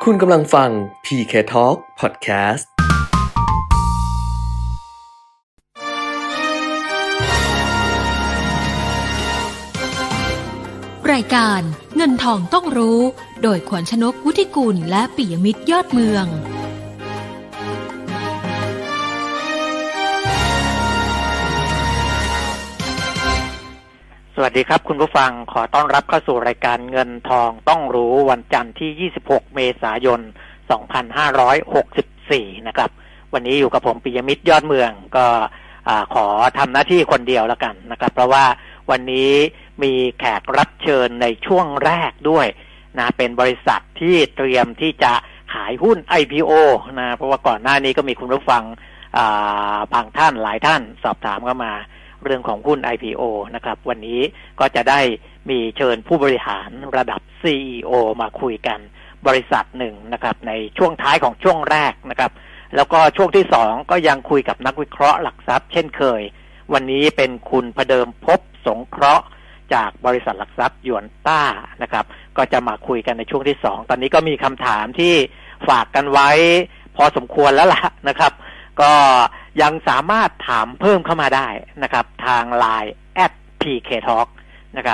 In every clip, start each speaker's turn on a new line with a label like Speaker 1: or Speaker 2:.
Speaker 1: คุณกำลังฟัง PK Talk Podcast
Speaker 2: รายการเงินทองต้องรู้โดยขวัญชนก วุฒิกุลและปิยมิตรยอดเมือง
Speaker 3: สวัสดีครับคุณผู้ฟังขอต้อนรับเข้าสู่รายการเงินทองต้องรู้วันจันทร์ที่26เมษายน2564นะครับวันนี้อยู่กับผมปิยมิตรยอดเมืองก็ขอทำหน้าที่คนเดียวแล้วกันนะครับเพราะว่าวันนี้มีแขกรับเชิญในช่วงแรกด้วยนะเป็นบริษัทที่เตรียมที่จะขายหุ้น IPO นะเพราะว่าก่อนหน้านี้ก็มีคุณผู้ฟังบางท่านหลายท่านสอบถามเข้ามาเรื่องของหุ้น IPO นะครับวันนี้ก็จะได้มีเชิญผู้บริหารระดับ CEO มาคุยกันบริษัทหนึ่งนะครับในช่วงท้ายของช่วงแรกนะครับแล้วก็ช่วงที่2ก็ยังคุยกับนักวิเคราะห์หลักทรัพย์เช่นเคยวันนี้เป็นคุณพเดิมภพสงเคราะห์จากบริษัทหลักทรัพย์หยวนต้านะครับก็จะมาคุยกันในช่วงที่2ตอนนี้ก็มีคำถามที่ฝากกันไว้พอสมควรแล้วล่ะนะครับก็ยังสามารถถามเพิ่มเข้ามาได้นะครับทาง LINE @PKTalk นะครับ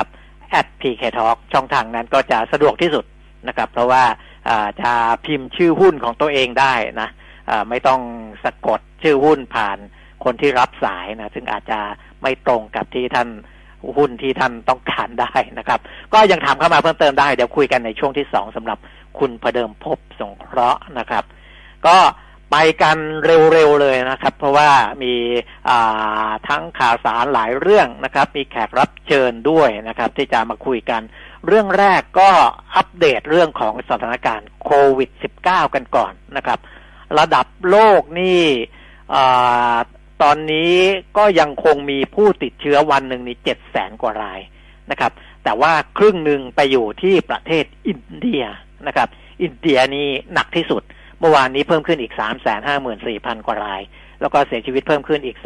Speaker 3: @PKTalk ช่องทางนั้นก็จะสะดวกที่สุดนะครับเพราะว่าจะพิมพ์ชื่อหุ้นของตัวเองได้นะไม่ต้องสะกดชื่อหุ้นผ่านคนที่รับสายนะซึ่งอาจจะไม่ตรงกับที่ท่านหุ้นที่ท่านต้องการได้นะครับก็ยังถามเข้ามาเพิ่มเติมได้เดี๋ยวคุยกันในช่วงที่2สำหรับคุณพเดิมภพสงเคราะห์นะครับก็ไปกันเร็วๆเลยนะครับเพราะว่ามีทั้งข่าวสารหลายเรื่องนะครับมีแขกรับเชิญด้วยนะครับที่จะมาคุยกันเรื่องแรกก็อัปเดตเรื่องของสถานการณ์โควิด -19 กันก่อนนะครับระดับโลกนี่ตอนนี้ก็ยังคงมีผู้ติดเชื้อวันหนึ่งนี่ 700,000 กว่ารายนะครับแต่ว่าครึ่งหนึ่งไปอยู่ที่ประเทศอินเดียนะครับอินเดียนี่หนักที่สุดเมื่อวานนี้เพิ่มขึ้นอีก 354,000 กว่ารายแล้วก็เสียชีวิตเพิ่มขึ้นอีก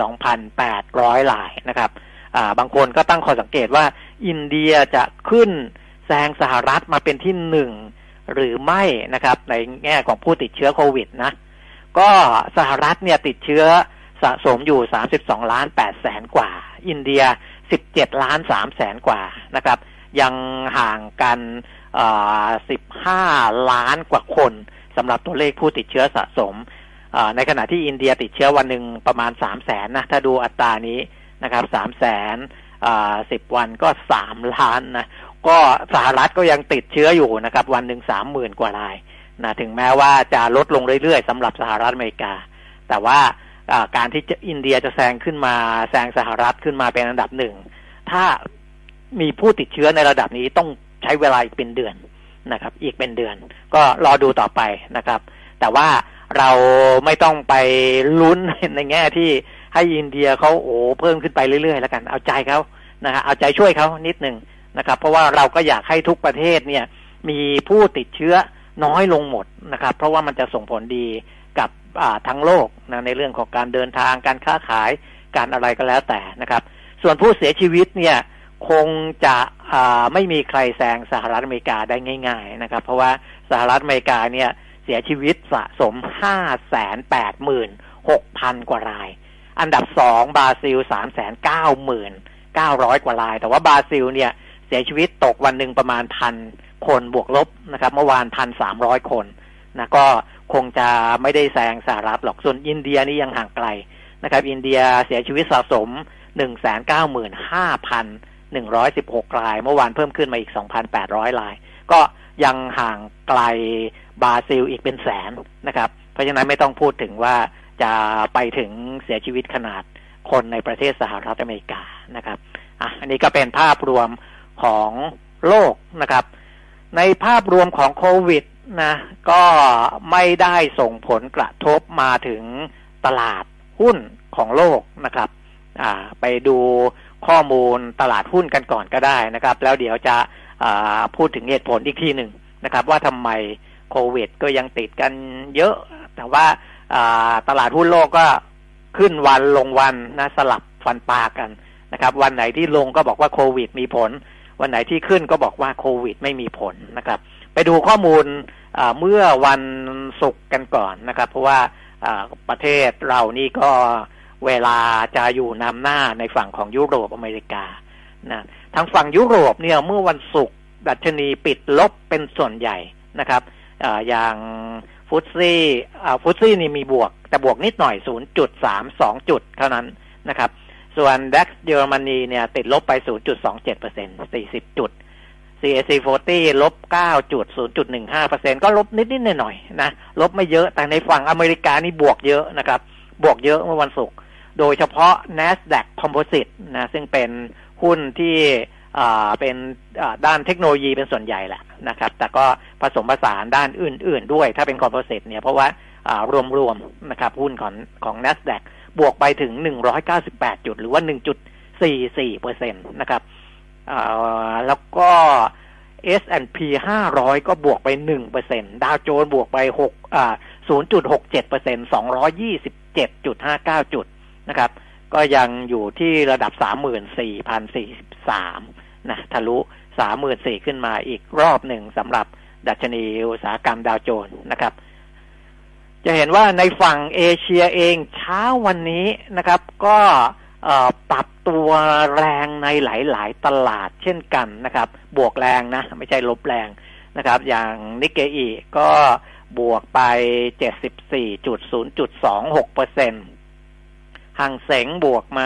Speaker 3: 2,800 รายนะครับบางคนก็ตั้งข้อสังเกตว่าอินเดียจะขึ้นแซงสหรัฐมาเป็นที่1หรือไม่นะครับในแง่ของผู้ติดเชื้อโควิดนะก็สหรัฐเนี่ยติดเชื้อสะสมอยู่ 32,800,000 กว่าอินเดีย 17,300,000 กว่านะครับยังห่างกัน15 ล้านกว่าคนสำหรับตัวเลขผู้ติดเชื้อสะสมในขณะที่อินเดียติดเชื้อวันหนึ่งประมาณ 300,000 นะถ้าดูอัตรานี้นะครับ 300,000 10 วันก็3 ล้านนะก็สหรัฐก็ยังติดเชื้ออยู่นะครับวันหนึ่ง 30,000 กว่ารายนะถึงแม้ว่าจะลดลงเรื่อยๆสำหรับสหรัฐอเมริกาแต่ว่าการที่อินเดียจะแซงขึ้นมาแซงสหรัฐขึ้นมาเป็นอันดับ1ถ้ามีผู้ติดเชื้อในระดับนี้ต้องใช้เวลาอีกเป็นเดือนนะครับอีกเป็นเดือนก็รอดูต่อไปนะครับแต่ว่าเราไม่ต้องไปลุ้นในแง่ที่ให้อินเดียเขาเพิ่มขึ้นไปเรื่อยๆแล้วกันเอาใจเขานะฮะเอาใจช่วยเขานิดนึงนะครับเพราะว่าเราก็อยากให้ทุกประเทศเนี่ยมีผู้ติดเชื้อน้อยลงหมดนะครับเพราะว่ามันจะส่งผลดีกับทั้งโลกนะในเรื่องของการเดินทางการค้าขายการอะไรก็แล้วแต่นะครับส่วนผู้เสียชีวิตเนี่ยคงจะไม่มีใครแซงสหรัฐอเมริกาได้ง่ายๆนะครับเพราะว่าสหรัฐอเมริกาเนี่ยเสียชีวิตสะสม 586,000 กว่ารายอันดับ2บราซิล 399,900 กว่ารายแต่ว่าบราซิลเนี่ยเสียชีวิตตกวันหนึ่งประมาณ 1,000 คนบวกลบนะครับเมื่อวาน 1,300 คนนะก็คงจะไม่ได้แซงสหรัฐหรอกส่วนอินเดียนี่ยังห่างไกลนะครับอินเดียเสียชีวิตสะสม 195,116 รายเมื่อวานเพิ่มขึ้นมาอีก 2,800 รายก็ยังห่างไกลบราซิลอีกเป็นแสนนะครับเพราะฉะนั้นไม่ต้องพูดถึงว่าจะไปถึงเสียชีวิตขนาดคนในประเทศสหรัฐอเมริกานะครับอันนี้ก็เป็นภาพรวมของโลกนะครับในภาพรวมของโควิดนะก็ไม่ได้ส่งผลกระทบมาถึงตลาดหุ้นของโลกนะครับไปดูข้อมูลตลาดหุ้นกันก่อนก็ได้นะครับแล้วเดี๋ยวจะพูดถึงเหตุผลอีกทีหนึ่งนะครับว่าทำไมโควิดก็ยังติดกันเยอะแต่ว่าตลาดหุ้นโลกก็ขึ้นวันลงวันนะสลับฟันปลากันนะครับวันไหนที่ลงก็บอกว่าโควิดมีผลวันไหนที่ขึ้นก็บอกว่าโควิดไม่มีผลนะครับไปดูข้อมูลเมื่อวันศุกร์กันก่อนนะครับเพราะว่าประเทศเรานี่ก็เวลาจะอยู่นำหน้าในฝั่งของยุโรปอเมริกานะทางฝั่งยุโรปเนี่ยเมื่อวันศุกร์ดัชนีปิดลบเป็นส่วนใหญ่นะครับอย่างฟุตซี่นี่มีบวกแต่บวกนิดหน่อย 0.32 จุดเท่านั้นนะครับส่วน DAX เยอรมนีเนี่ยติดลบไป 0.27% 40 จุด CAC 40 ลบ 9 จุด 0.15% ก็ลบนิดๆหน่อยๆนะลบไม่เยอะแต่ในฝั่งอเมริกานี่บวกเยอะนะครับบวกเยอะเมื่อวันศุกร์โดยเฉพาะ NASDAQ Composite นะซึ่งเป็นหุ้นที่เป็นด้านเทคโนโลยีเป็นส่วนใหญ่แหละนะครับแต่ก็ผสมผสานด้านอื่นๆด้วยถ้าเป็น Composite เนี่ยเพราะว่ารวมๆนะครับหุ้นของ NASDAQ บวกไปถึง198จุดหรือว่า 1.44% นะครับแล้วก็ S&P 500ก็บวกไป 1% ดาวโจนส์บวกไป0.67% 227.59 จุดนะครับก็ยังอยู่ที่ระดับ 34,043 นะทะลุ 34,000 ขึ้นมาอีกรอบหนึ่งสำหรับดัชนีอุตสาหกรรมดาวโจนส์นะครับจะเห็นว่าในฝั่งเอเชียเองเช้าวันนี้นะครับก็ปรับตัวแรงในหลายๆตลาดเช่นกันนะครับบวกแรงนะไม่ใช่ลบแรงนะครับอย่างนิกเกอิก็บวกไป 74.0.26% หังเส็งบวกมา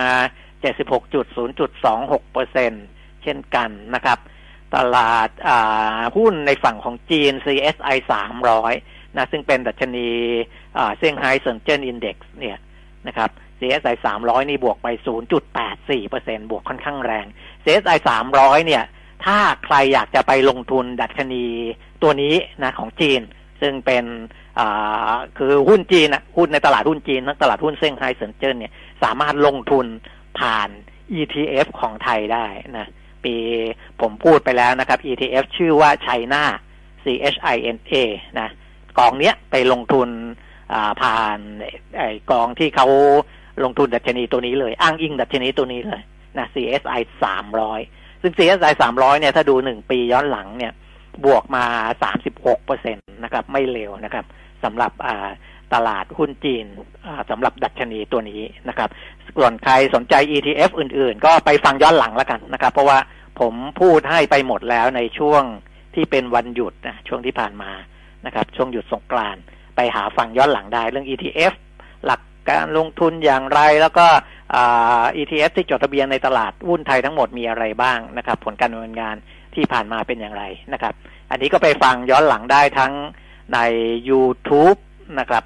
Speaker 3: 76.0.26% เช่นกันนะครับตลาดหุ้นในฝั่งของจีน CSI 300นะซึ่งเป็นดัชนีเซี่ยงไฮ้เซินเจิ้นอินเด็กซ์เนี่ยนะครับ CSI 300นี่บวกไป 0.84% บวกค่อนข้างแรง CSI 300เนี่ยถ้าใครอยากจะไปลงทุนดัชนีตัวนี้นะของจีนซึ่งเป็นคือหุ้นจีนนะหุ้นในตลาดหุ้นจีนทั้งตลาดหุ้นเซี่ยงไฮ้เซินเจิ้นเนี่ยสามารถลงทุนผ่าน ETF ของไทยได้นะปีผมพูดไปแล้วนะครับ ETF ชื่อว่า China CHINA นะกองเนี้ยไปลงทุนผ่านกองที่เขาลงทุนดัชนีตัวนี้เลยอ้างอิงดัชนีตัวนี้เลยนะ CSI 300ซึ่ง CSI 300เนี่ยถ้าดู1ปีย้อนหลังเนี่ยบวกมา 36% นะครับไม่เลวนะครับสำหรับตลาดหุ้นจีนสำหรับดัชนีตัวนี้นะครับส่วนใครสนใจ ETF อื่นๆก็ไปฟังย้อนหลังแล้วกันนะครับเพราะว่าผมพูดให้ไปหมดแล้วในช่วงที่เป็นวันหยุดนะช่วงที่ผ่านมานะครับช่วงหยุดสงกรานต์ไปหาฟังย้อนหลังได้เรื่อง ETF หลักการลงทุนอย่างไรแล้วก็ETF ที่จดทะเบียนในตลาดหุ้นไทยทั้งหมดมีอะไรบ้างนะครับผลการดำเนินงานที่ผ่านมาเป็นอย่างไรนะครับอันนี้ก็ไปฟังย้อนหลังได้ทั้งใน YouTube นะครับ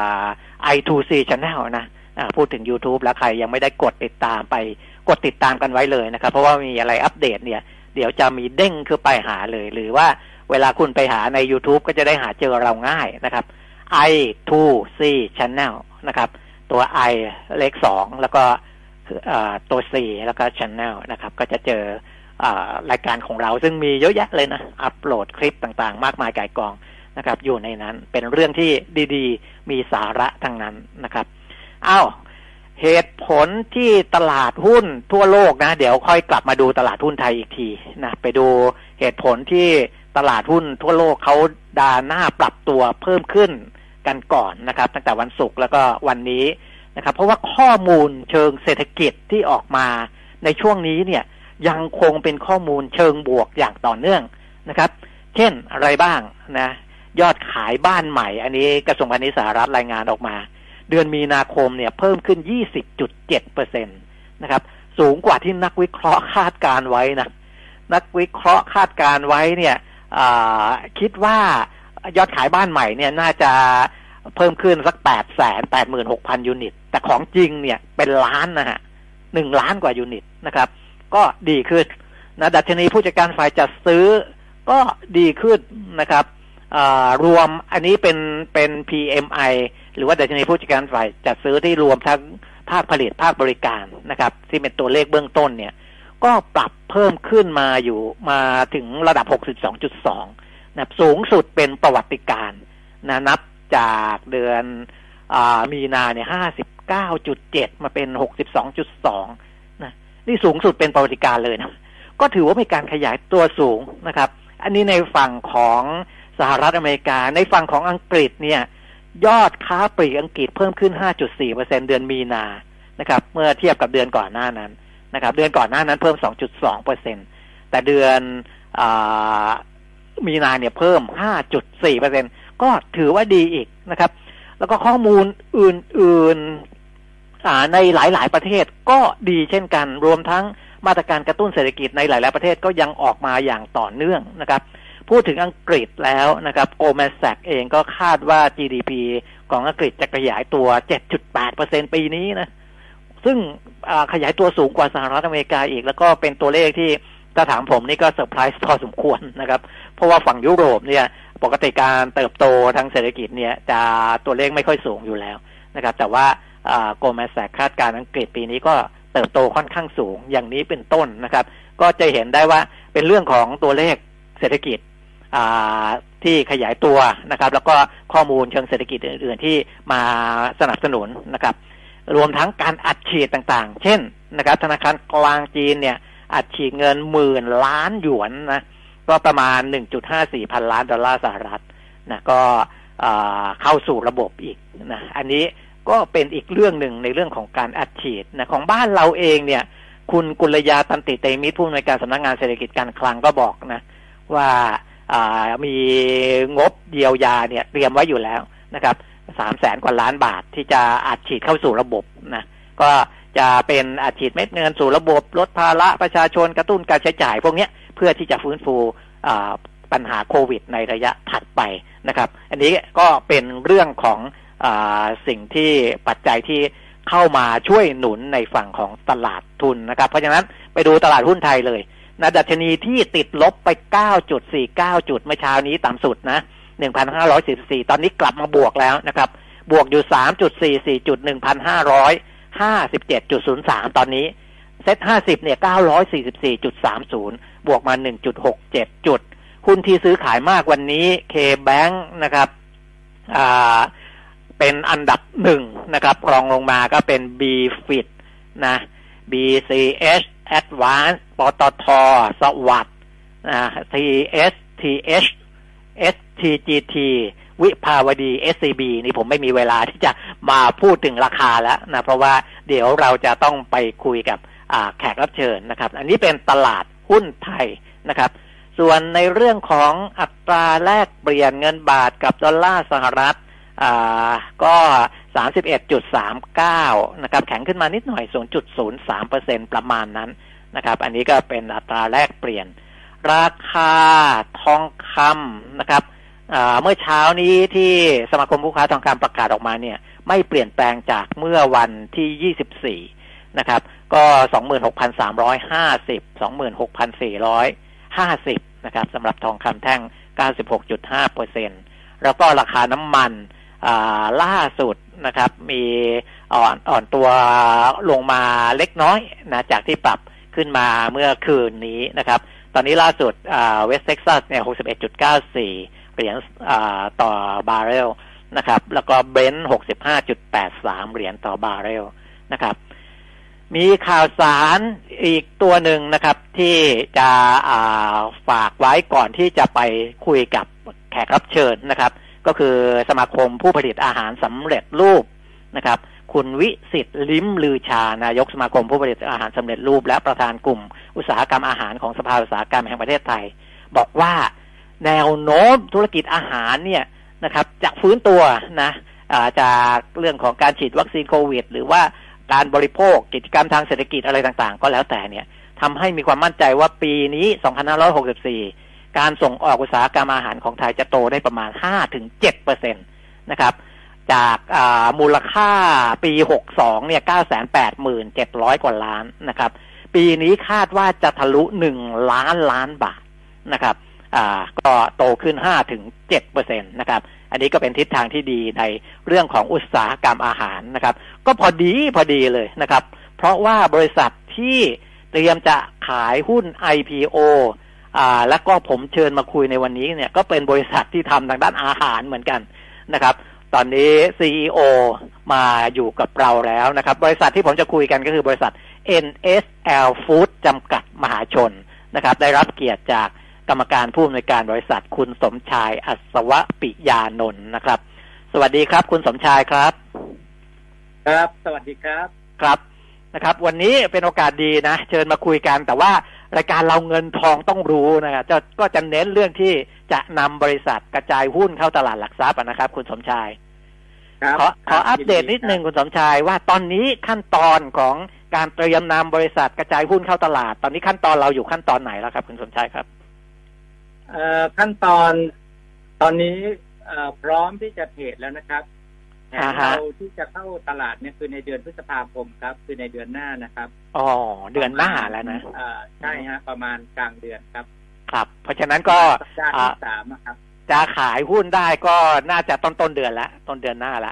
Speaker 3: i2c Channel นะพูดถึง YouTube แล้วใครยังไม่ได้กดติดตามไปกดติดตามกันไว้เลยนะครับเพราะว่ามีอะไรอัปเดตเนี่ยเดี๋ยวจะมีเด้งขึ้นไปหาเลยหรือว่าเวลาคุณไปหาใน YouTube ก็จะได้หาเจอเราง่ายนะครับ i2c Channel นะครับตัว i เลข2แล้วก็ตัว c แล้วก็ Channel นะครับก็จะเจอรายการของเราซึ่งมีเยอะแยะเลยนะอัปโหลดคลิปต่างๆมากมายก่ายกองนะครับอยู่ในนั้นเป็นเรื่องที่ดีๆมีสาระทั้งนั้นนะครับเหตุผลที่ตลาดหุ้นทั่วโลกนะเดี๋ยวค่อยกลับมาดูตลาดหุ้นไทยอีกทีนะไปดูเหตุผลที่ตลาดหุ้นทั่วโลกเขาดาหน้าปรับตัวเพิ่มขึ้นกันก่อนนะครับตั้งแต่วันศุกร์แล้วก็วันนี้นะครับเพราะว่าข้อมูลเชิงเศรษฐกิจที่ออกมาในช่วงนี้เนี่ยยังคงเป็นข้อมูลเชิงบวกอย่างต่อเนื่องนะครับเช่นอะไรบ้างนะยอดขายบ้านใหม่อันนี้กระทรวงพาณิชย์สหรัฐรายงานออกมาเดือนมีนาคมเนี่ยเพิ่มขึ้น 20.7% นะครับสูงกว่าที่นักวิเคราะห์คาดการไว้นะนักวิเคราะห์คาดการไว้เนี่ยคิดว่ายอดขายบ้านใหม่เนี่ยน่าจะเพิ่มขึ้นสัก 886,000 ยูนิตแต่ของจริงเนี่ยเป็นล้านนะฮะ1ล้านกว่ายูนิตนะครับก็ดีขึ้นนะดัชนีผู้จัดการฝ่ายจัดซื้อก็ดีขึ้นนะครับรวมอันนี้เป็น PMI หรือว่าดัชนีผู้จัดการฝ่ายจัดซื้อที่รวมทั้งภาคผลิตภาคบริการนะครับที่เป็นตัวเลขเบื้องต้นเนี่ยก็ปรับเพิ่มขึ้นมาถึงระดับ 62.2 นะสูงสุดเป็นประวัติการณ์นะนับจากเดือนมีนาเนี่ย 59.7 มาเป็น 62.2 นะนี่สูงสุดเป็นประวัติการณ์เลยนะก็ถือว่าเป็นการขยายตัวสูงนะครับอันนี้ในฝั่งของสหรัฐอเมริกาในฝั่งของอังกฤษเนี่ยยอดค้าปลีกอังกฤษเพิ่มขึ้น 5.4% เดือนมีนานะครับเมื่อเทียบกับเดือนก่อนหน้านั้นนะครับเดือนก่อนหน้านั้นเพิ่ม 2.2% แต่เดือนมีนาเนี่ยเพิ่ม 5.4% ก็ถือว่าดีอีกนะครับแล้วก็ข้อมูลอื่นๆในหลายๆประเทศก็ดีเช่นกันรวมทั้งมาตรการกระตุ้นเศรษฐกิจในหลายๆประเทศก็ยังออกมาอย่างต่อเนื่องนะครับพูดถึงอังกฤษแล้วนะครับโกลแมนแซกเองก็คาดว่า GDP ของอังกฤษจะขยายตัว 7.8% ปีนี้นะซึ่งขยายตัวสูงกว่าสหรัฐอเมริกาอีกแล้วก็เป็นตัวเลขที่ถ้าถามผมนี่ก็เซอร์ไพรส์พอสมควรนะครับเพราะว่าฝั่งยุโรปเนี่ยปกติการเติบโตทางเศรษฐกิจเนี่ยจะตัวเลขไม่ค่อยสูงอยู่แล้วนะครับแต่ว่าโกลแมนแซกคาดการณ์อังกฤษปีนี้ก็เติบโตค่อนข้างสูงอย่างนี้เป็นต้นนะครับก็จะเห็นได้ว่าเป็นเรื่องของตัวเลขเศรษฐกิจที่ขยายตัวนะครับแล้วก็ข้อมูลเชิงเศรษฐกิจอื่นๆที่มาสนับสนุนนะครับรวมทั้งการอัดฉีดต่างๆเช่นนะครับธนาคารกลางจีนเนี่ยอัดฉีดเงิน10,000 ล้านหยวนนะก็ประมาณ 1.54 พันล้านดอลลาร์สหรัฐนะก็เข้าสู่ระบบอีกนะอันนี้ก็เป็นอีกเรื่องหนึ่งในเรื่องของการอัดฉีดนะของบ้านเราเองเนี่ยคุณกุลยาตันติเตมิตรผู้อำนวยการสำนักงานเศรษฐกิจการคลังก็บอกนะว่ามีงบเยียวยาเนี่ยเตรียมไว้อยู่แล้วนะครับ 300,000 กว่าล้านบาทที่จะอัดฉีดเข้าสู่ระบบนะก็จะเป็นอัดฉีดเม็ดเงินสู่ระบบลดภาระประชาชนกระตุ้นการใช้จ่ายพวกนี้เพื่อที่จะฟื้นฟูปัญหาโควิดในระยะถัดไปนะครับอันนี้ก็เป็นเรื่องของสิ่งที่ปัจจัยที่เข้ามาช่วยหนุนในฝั่งของตลาดทุนนะครับเพราะฉะนั้นไปดูตลาดหุ้นไทยเลยนะดัชนีที่ติดลบไป 9.49 จุดเมื่อเช้านี้ต่ำสุดนะ 1,544 ตอนนี้กลับมาบวกแล้วนะครับบวกอยู่ 3.44 จุด 1,557.03 ตอนนี้เซ็ต50เนี่ย 944.30 บวกมา 1.67 จุดหุ้นที่ซื้อขายมากวันนี้ K-Bank นะครับเป็นอันดับ1นะครับรองลงมาก็เป็น BFIT นะ BCH Advance ปตท.สวัสดิ์TH STGT วิภาวดี SCB นี่ผมไม่มีเวลาที่จะมาพูดถึงราคาแล้วนะเพราะว่าเดี๋ยวเราจะต้องไปคุยกับแขกรับเชิญนะครับอันนี้เป็นตลาดหุ้นไทยนะครับส่วนในเรื่องของอัตราแลกเปลี่ยนเงินบาทกับดอลลาร์สหรัฐก็ 31.39 นะครับแข็งขึ้นมานิดหน่อย 0.03% ประมาณนั้นนะครับอันนี้ก็เป็นอัตราแลกเปลี่ยนราคาทองคำนะครับเมื่อเช้านี้ที่สมาคมผู้ค้าทองคำประกาศออกมาเนี่ยไม่เปลี่ยนแปลงจากเมื่อวันที่24นะครับก็ 26,350 26,450 นะครับสำหรับทองคำแท่ง 96.5% แล้วก็ราคาน้ำมันล่าสุดนะครับมีอ่อนตัวลงมาเล็กน้อยนะจากที่ปรับขึ้นมาเมื่อคืนนี้นะครับตอนนี้ล่าสุดเวสต์เท็กซัสเนี่ย 61.94 เหรียญต่อบาร์เรลนะครับแล้วก็เบรนท์ 65.83 เหรียญต่อบาร์เรลนะครับมีข่าวสารอีกตัวหนึ่งนะครับที่จะฝากไว้ก่อนที่จะไปคุยกับแขกรับเชิญนะครับก็คือสมาคมผู้ผลิตอาหารสำเร็จรูปนะครับคุณวิสิทธิ์ลิ้มลือชานายกสมาคมผู้ผลิตอาหารสำเร็จรูปและประธานกลุ่มอุตสาหกรรมอาหารของสภาอุตสาหกรรมแห่งประเทศไทยบอกว่าแนวโน้มธุรกิจอาหารเนี่ยนะครับจะฟื้นตัวนะจากเรื่องของการฉีดวัคซีนโควิดหรือว่าการบริโภคกิจกรรมทางเศรษฐกิจอะไรต่างๆก็แล้วแต่เนี่ยทำให้มีความมั่นใจว่าปีนี้ 2564 การส่งออกอุตสาหกรรมอาหารของไทยจะโตได้ประมาณ 5-7% นะครับจากมูลค่าปี62เนี่ย 987,000 กว่าล้านนะครับปีนี้คาดว่าจะทะลุ1 ล้านล้านบาทนะครับก็โตขึ้น 5-7% นะครับอันนี้ก็เป็นทิศทางที่ดีในเรื่องของอุตสาหกรรมอาหารนะครับก็พอดีเลยนะครับเพราะว่าบริษัทที่เตรียมจะขายหุ้น IPO แล้วก็ผมเชิญมาคุยในวันนี้เนี่ยก็เป็นบริษัทที่ทำทางด้านอาหารเหมือนกันนะครับตอนนี้ CEO มาอยู่กับเราแล้วนะครับบริษัทที่ผมจะคุยกันก็คือบริษัท NSL Food จำกัดมหาชนนะครับได้รับเกียรติจากกรรมการผู้อำนวยการบริษัทคุณสมชายอัศวปิยานนท์นะครับสวัสดีครับคุณสมชายครับ
Speaker 4: ครับสวัสดีครับ
Speaker 3: ครับนะครับวันนี้เป็นโอกาสดีนะเชิญมาคุยกันแต่ว่ารายการเราเงินทองต้องรู้นะครับก็จะเน้นเรื่องที่จะนำบริษัทกระจายหุ้นเข้าตลาดหลักทรัพย์นะครับคุณสมชายขออัปเดตนิดนึงคุณสมชายว่าตอนนี้ขั้นตอนของการเตรียมนำบริษัทกระจายหุ้นเข้าตลาดตอนนี้ขั้นตอนเราอยู่ขั้นตอนไหนแล้วครับคุณสมชายครับ
Speaker 4: ขั้นตอนนี้พร้อมที่จะเทรดแล้วนะครับแผนเราที่จะเข้าตลาดเนี่ยคือในเดือนพฤษภาคมครับคือในเดือนหน้านะครับ
Speaker 3: อ๋อเดือนหน้าแล้วนะ
Speaker 4: ใช่ฮะประมาณกลางเดือนครับ
Speaker 3: ครับเพราะฉะนั้นก็
Speaker 4: สัปดาห์ที่3ครับ
Speaker 3: จะขายหุ้นได้ก็น่าจะต้นเดือนละต้นเดือนหน้าละ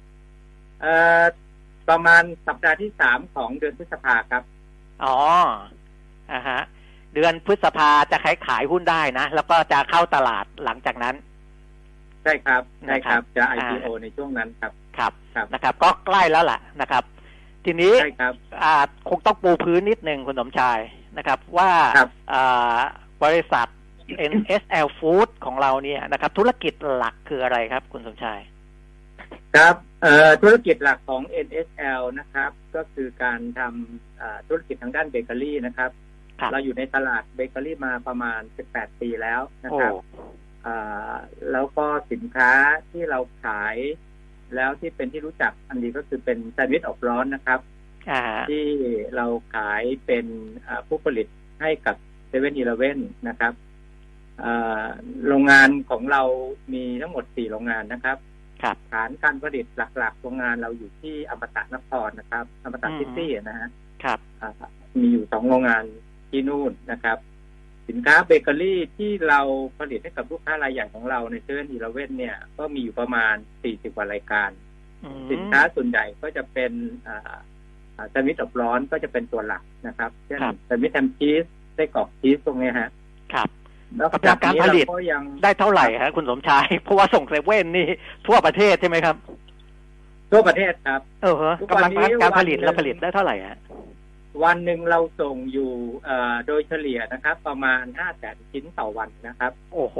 Speaker 4: ประมาณสัปดาห์ที่3ของเดือนพฤษภาครับ
Speaker 3: อ๋อฮะเดือนพฤษภาจะขายหุ้นได้นะแล้วก็จะเข้าตลาดหลังจากนั้น
Speaker 4: ใช่ครับใช่ครับจะ IPO ในช่วงนั้นครับ
Speaker 3: ครับนะครับก็ใกล้แล้วล่ะนะครับทีนี้คงต้องปูพื้นนิดนึงคุณสมชายนะครับว่าบริษัท NSL Food ของเราเนี่ยนะครับธุรกิจหลักคืออะไรครับคุณสมชาย
Speaker 4: ครับธุรกิจหลักของ NSL นะครับก็คือการทำธุรกิจทางด้านเบเกอรี่นะครับเราอยู่ในตลาดเบเกอรี่มาประมาณ18ปีแล้วนะครับแล้วก็สินค้าที่เราขายแล้วที่เป็นที่รู้จักอันนี้ก็คือเป็นแซนด์วิชอบร้อนนะครับที่เราขายเป็นผู้ผลิตให้กับ7-Eleven นะครับโรงงานของเรามีทั้งหมด4โรงงานนะครับฐานการผลิตหลักๆโรงงานเราอยู่ที่อมตะนครนะครับอมตะซิตี้นะฮะมีอยู่2โรงงานที่นู่นนะครับสินค้าเบเกอรี่ที่เราผลิตให้กับลูกค้ารายใหญ่ของเราใน7-Elevenเนี่ยก็มีอยู่ประมาณ40กว่ารายการสินค้าส่วนใหญ่ก็จะเป็นแซนด์วิชอบร้อนก็จะเป็นตัวหลักนะครับเช่นแซนด์วิชแฮมชีสไส้กรอกชีสตรงนี้ฮะ
Speaker 3: ครับแล้วการผลิตได้เท่าไหร่ฮะคุณสมชายเพราะว่าส่งเซเว่นนี่ทั่วประเทศใช่ไหมครับ
Speaker 4: ทั่วประเทศครับ
Speaker 3: กำลังการผลิตเราผลิตได้เท่าไหร่ฮะ
Speaker 4: วันหนึ่งเราส่งอยู่โดยเฉลี่ยนะครับประมาณ500,000 ชิ้นต่อวันนะครับ
Speaker 3: โอ้โห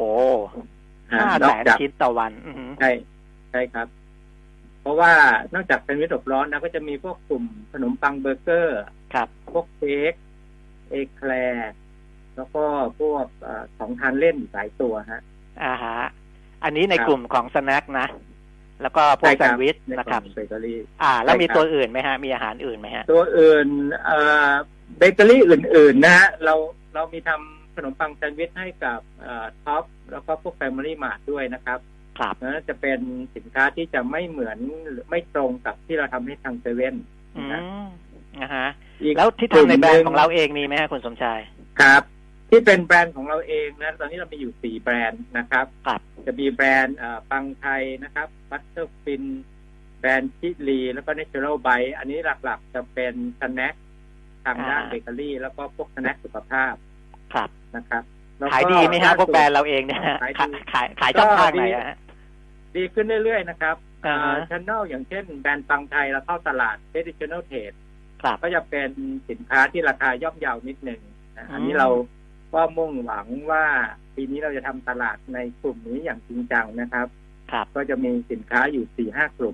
Speaker 3: 500,000 ชิ้นต่อวัน
Speaker 4: ใช่ครับเพราะว่านอกจากแซนด์วิชอบร้อนนะก็จะมีพวกกลุ่มขนมปังเบอร์เกอร์พวกเค้กเอแคลร์แล้วก็พวกของทานเล่นหลายตัวฮะ
Speaker 3: อันนี้ในกลุ่มของสแน็คนะแล้วก็พวกแซนด์วิชนะครับ
Speaker 4: เบเกอรี่
Speaker 3: แล้วมีตัวอื่นไหมฮะมีอาหารอื่นไหมฮะ
Speaker 4: ตัวอื่นเบเกอรี่อื่นๆนะฮะเรามีทำขนมปังแซนด์วิชให้กับท็อปแล้วก็พวกแฟมิลี่มาร์ทด้วยนะครับนั่นจะเป็นสินค้าที่จะไม่เหมือนไม่ตรงกับที่เราทำให้ทางเซเว่น
Speaker 3: นะฮะแล้วที่ทำในแบรนด์ของเราเองมีไหมฮะคุณสมชาย
Speaker 4: ครับที่เป็นแบรนด์ของเราเองนะตอนนี้เรามีอยู่4แบรนด์นะครับจะมีแบรนด์ปังไทยนะครับบัตเตอร์ฟินแบรนด์ชิลีแล้วก็เนเชอรัลไบต์อันนี้หลักๆจะเป็นสแน็คทางด้านเบเกอรี่แล้วก็พวกสแน็คสุขภาพนะครับ
Speaker 3: ขายดีไหมฮะพวกแบรนด์เราเองเนี่ยขายช่องทางไหนฮะ
Speaker 4: ดีขึ้นเรื่อยๆนะครับชั้นนอกอย่างเช่นแบรนด์ปังไทยเราเข้าตลาด Traditional Trade ก็จะเป็นสินค้าที่ราคาย่อมเยานิดหนึ่งอันนี้เราก็มุ่งหวังว่าปีนี้เราจะทำตลาดในกลุ่มนี้อย่างจริงจังนะครับก็จะมีสินค้าอยู่ 4-5 กลุ่ม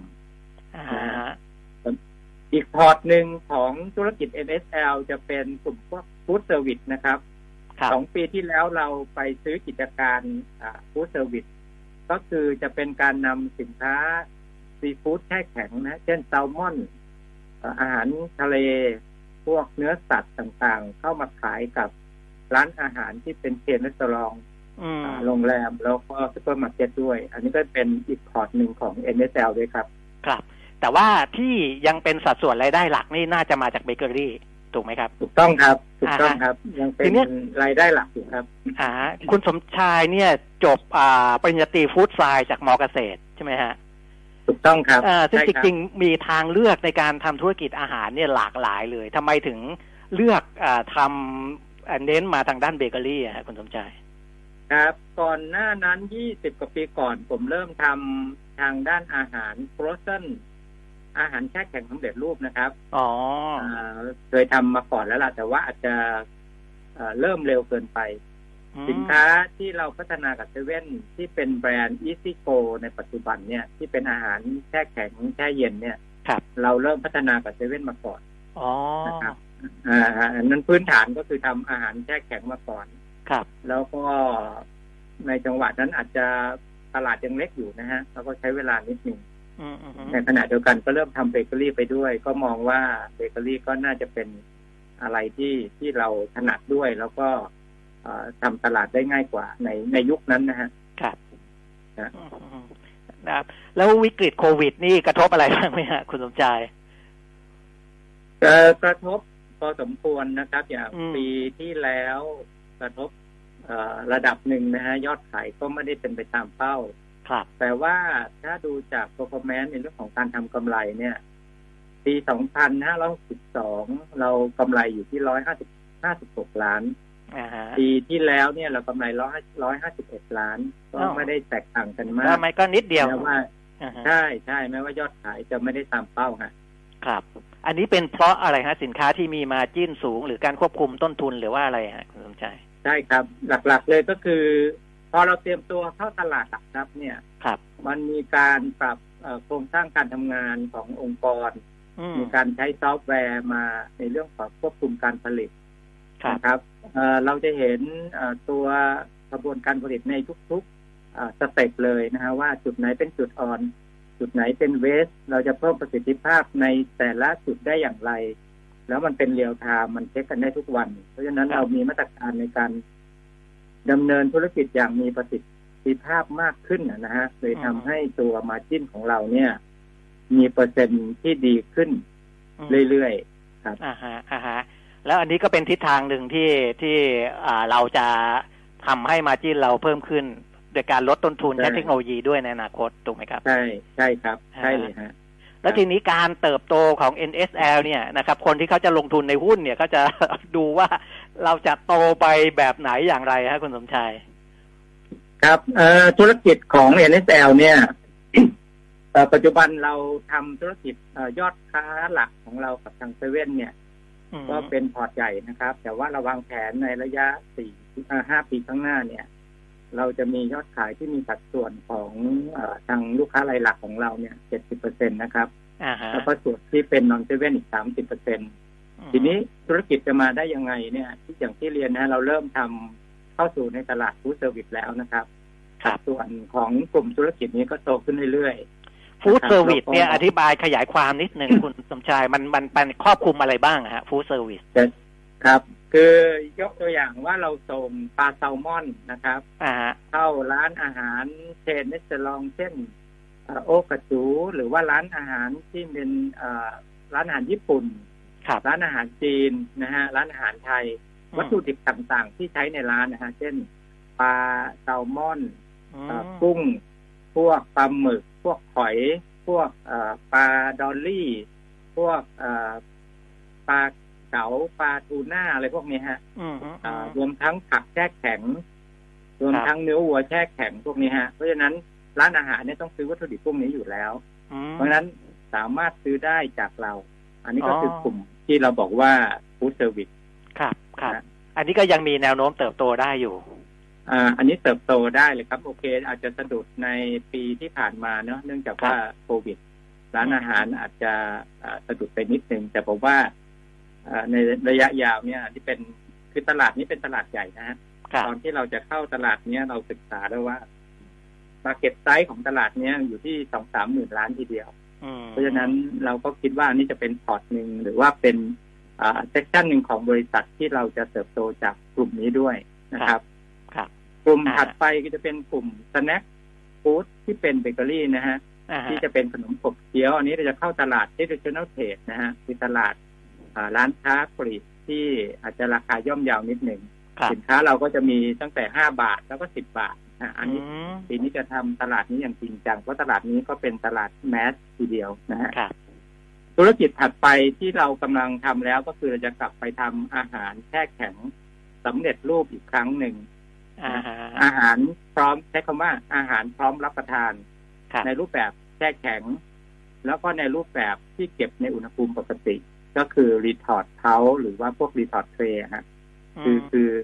Speaker 4: อีกพอร์ตหนึ่งของธุรกิจ NSL จะเป็นกลุ่มพวกฟู้ดเซอร์วิสนะครับ2 ปีที่แล้วเราไปซื้อกิจการฟู้ดเซอร์วิสก็คือจะเป็นการนำสินค้าซีฟู้ดแช่แข็งนะเช่นแซลมอนอาหารทะเลพวกเนื้อสัตว์ต่างๆเข้ามาขายกับร้านอาหารที่เป็นเชนรีสอร์ทโรงแรมแล้วก็ซุปเปอร์มาร์เก็ตด้วยอันนี้ก็เป็นอีกพอร์ตหนึ่งของ NSL ด้วยครับ
Speaker 3: ครับแต่ว่าที่ยังเป็นสัดส่วนรายได้หลักนี่น่าจะมาจากเบเกอรี่ถูกไหมครับ
Speaker 4: ถูกต้องครับถูกต้องครับยังเป็นรายได้หลักอยู่ครับ
Speaker 3: คุณสมชายเนี่ยจบปริญญาตรีฟู้ดไซน์จากม.เกษตรใช่ไหมฮะ
Speaker 4: ถูกต้องครับ
Speaker 3: ซึ่งจริงๆมีทางเลือกในการทำธุรกิจอาหารเนี่ยหลากหลายเลยทำไมถึงเลือกทำเน้นมาทางด้านเบเกอรี่ฮะคุณสมชาย
Speaker 4: ครับก่อนหน้านั้น20 กว่าปีก่อนผมเริ่มทำทางด้านอาหารฟรอเซนอาหารแช่แข็งสำเร็จรูปนะครับเคยทำมาก่อนแล้วล่ะแต่ว่าอาจจะเริ่มเร็วเกินไปสินค้าที่เราพัฒนากับเซเว่นที่เป็นแบรนด์ Easy Go ในปัจจุบันเนี่ยที่เป็นอาหารแช่แข็งแช่เย็นเนี่ยเราเริ่มพัฒนากับเซเว่นมาก่อนนะครับนั้นพื้นฐานก็คือทำอาหารแช่แข็งมาก่อน
Speaker 3: ครับ
Speaker 4: แล้วก็ในจังหวัดนั้นอาจจะตลาดยังเล็กอยู่นะฮะแล้วก็ใช้เวลานิดนึงในขณะเดียวกันก็เริ่มทำเบเกอรี่ไปด้วยก็มองว่าเบเกอรี่ก็น่าจะเป็นอะไรที่เราถนัดด้วยแล้วก็ทำตลาดได้ง่ายกว่าในยุคนั้นนะฮะ
Speaker 3: ครับนะครับแล้ววิกฤตโควิดนี่กระทบอะไรบ้างไหมฮะคุณสมชาย
Speaker 4: กระทบพอสมควรนะครับอย่างปีที่แล้วกระทบระดับหนึ่งนะฮะยอดขายก็ไม่ได้เป็นไปตามเป้าแต่ว่าถ้าดูจาก performance ในเรื่องของการทำกำไรเนี่ยปี 2562 เรากำไรอยู่ที่156 ล้านปีที่แล้วเนี่ยเรากำไร151 ล้านก็ไม่ได้แตกต่างกันมาก
Speaker 3: ทำไมก็นิดเดียว
Speaker 4: แม้ว่าใช่แม้ว่ายอดขายจะไม่ได้ตามเป้าฮะ
Speaker 3: ครับอันนี้เป็นเพราะอะไรฮะสินค้าที่มีมาร์จิ้นสูงหรือการควบคุมต้นทุนหรือว่าอะไรฮะคุณสมชาย
Speaker 4: ใช่ครับหลักๆเลยก็คือพอเราเตรียมตัวเข้าตลาดหลักทรัพย์เนี่ยมันมีการปรับโครงสร้างการทำงานขององค์กรมีการใช้ซอฟต์แวร์มาในเรื่องของควบคุมการผลิตนะครับเราจะเห็นตัวกระบวนการผลิตในทุกๆสเต็ปเลยนะฮะว่าจุดไหนเป็นจุดอ่อนจุดไหนเป็นเวสเราจะเพิ่มประสิทธิภาพในแต่ละจุดได้อย่างไรแล้วมันเป็นเรียลไทม์มันเช็คกันได้ทุกวันเพราะฉะนั้นเรามีมาตรการในการดำเนินธุรกิจอย่างมีประสิทธิภาพมากขึ้นนะฮะเลยทำให้ตัวมาร์จิ้นของเราเนี่ยมีเปอร์เซ็นต์ที่ดีขึ้นเรื่อยๆครับ
Speaker 3: แล้วอันนี้ก็เป็นทิศทางหนึ่งที่เราจะทำให้มาร์จิ้นเราเพิ่มขึ้นโดยการลดต้นทุนและเทคโนโลยีด้วยในอนาคตถูกไหมครับ
Speaker 4: ใช่ครับใช่เลยฮะ
Speaker 3: แล้วทีนี้การเติบโตของ NSL เนี่ยนะครับคนที่เขาจะลงทุนในหุ้นเนี่ยเขาจะดูว่าเราจะโตไปแบบไหนอย่างไรฮะคุณสมชาย
Speaker 4: ครับธุรกิจของ NSL เนี่ยปัจจุบันเราทำธุรกิจยอดค้าหลักของเรากับทางเซเว่นเนี่ยก็เป็นพอร์ตใหญ่นะครับแต่ว่าเราวางแผนในระยะ 4-5 ปีข้างหน้าเนี่ยเราจะมียอดขายที่มีสัดส่วนของทางลูกค้ารายหลักของเราเนี่ย 70% นะครับแล้วก็ส่วนที่เป็นนอนเซเว่นอีก 30%ทีนี้ธุรกิจจะมาได้ยังไงเนี่ยที่อย่างที่เรียนนะเราเริ่มทำเข้าสู่ในตลาดฟู้ดเซอร์วิสแล้วนะครับส่วนของกลุ่มธุรกิจนี้ก็โตขึ้นเรื่อย
Speaker 3: ๆฟู้ดเซอร์วิสเนี่ยอธิบายขยายความนิดนึง คุณสมชายมันครอบคลุมอะไรบ้างฮะฟู้ดเซอร์วิส
Speaker 4: ครับคือยกตัวอย่างว่าเราส่งปลาแซลมอนนะครับเข้าร้านอาหารเชนเนสลองเช่นโอกระจูหรือว่าร้านอาหารที่เป็นร้านอาหารญี่ปุ่นร้านอาหารจีนนะฮะร้านอาหารไทยวัตถุดิบต่างๆที่ใช้ในร้านนะฮะเช่นปลาแซลมอนกุ้งพวกปลาหมึกพวกหอยพวกปลาดอลลี่พวกปลาเก๋าปลาทูน่าอะไรพวกนี้ฮะรวมทั้งผักแช่แข็งรวมทั้งเนื้อวัวแช่แข็งพวกนี้ฮะเพราะฉะนั้นร้านอาหารเนี่ยต้องซื้อวัตถุดิบพวกนี้อยู่แล้วเพราะฉะนั้นสามารถซื้อได้จากเราอันนี้ก็คือกลุ่มที่เราบอกว่าฟู้ดเซอร์วิส
Speaker 3: ครับอันนี้ก็ยังมีแนวโน้มเติบโตได้อยู่
Speaker 4: อันนี้เติบโตได้เลยครับโอเคอาจจะสะดุดในปีที่ผ่านมาเนาะเนื่องจากว่าโควิดร้านอาหารอาจจะสะดุดไปนิดนึงแต่ผมว่าในระยะยาวเนี่ยที่เป็นคือตลาดนี้เป็นตลาดใหญ่นะฮะตอนที่เราจะเข้าตลาดนี้เราศึกษาแล้วว่ามาร์เก็ตไซส์ของตลาดนี้อยู่ที่ 2-3 หมื่นล้านทีเดียวเพราะฉะนั้นเราก็คิดว่านี่จะเป็นพอร์ตนึงหรือว่าเป็นเซกชันนึงของบริษัทที่เราจะเติบโตจากกลุ่มนี้ด้วยนะครับกลุ่มถัดไปก็จะเป็นกลุ่มสแน็คฟู้ดที่เป็นเบเกอรี่นะฮะที่จะเป็นขนมขบเคี้ยวอันนี้เราจะเข้าตลาด traditional trade นะฮะคือตลาดร้านค้าปลีกที่อาจจะราคาย่อมเยาวนิดหนึ่งสินค้าเราก็จะมีตั้งแต่5 บาทแล้วก็10 บาทอันนี้ปีนี้จะทำตลาดนี้อย่างจริงจังเพราะตลาดนี้ก็เป็นตลาดแมสทีเดียวนะฮะธุรกิจถัดไปที่เรากำลังทำแล้วก็คือเราจะกลับไปทำอาหารแช่แข็งสำเร็จรูปอีกครั้งหนึ่งอาหารพร้อมใช้คำว่าอาหารพร้อมรับประทานในรูปแบบแช่แข็งแล้วก็ในรูปแบบที่เก็บในอุณหภูมิปกติก็คือรีทอร์ดเท้าหรือว่าพวกรีทอร์ดเทรย์ฮะคือ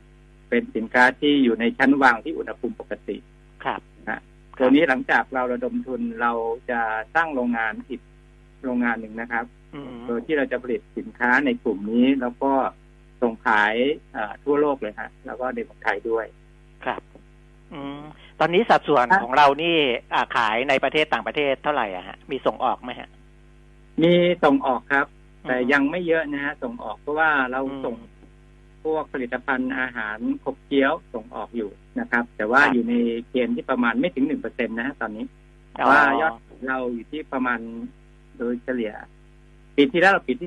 Speaker 4: เป็นสินค้าที่อยู่ในชั้นวางที่อุณหภูมิปกติ
Speaker 3: ครับ
Speaker 4: ตัวนี้หลังจากเราระดมทุนเราจะสร้างโรงงานอีกโรงงานหนึ่งนะครับโดยที่เราจะผลิตสินค้าในกลุ่มนี้แล้วก็ส่งขายทั่วโลกเลยฮะแล้วก็ในเมืองไทยด้วย
Speaker 3: ครับตอนนี้สัดส่วนของเรานี่ขายในประเทศต่างประเทศเท่าไหร่ฮะมีส่งออกไหมฮะ
Speaker 4: มีส่งออกครับแต่ยังไม่เยอะนะฮะส่งออกเพราะว่าเราส่งพวกผลิตภัณฑ์อาหารขบเคี้ยวส่งออกอยู่นะครับแต่ว่าอยู่ในเกณฑ์ที่ประมาณไม่ถึง 1% นะฮะตอนนี้ว่ายอดเราอยู่ที่ประมาณโดยเฉลี่ยปีที่แล้วเราปิดที่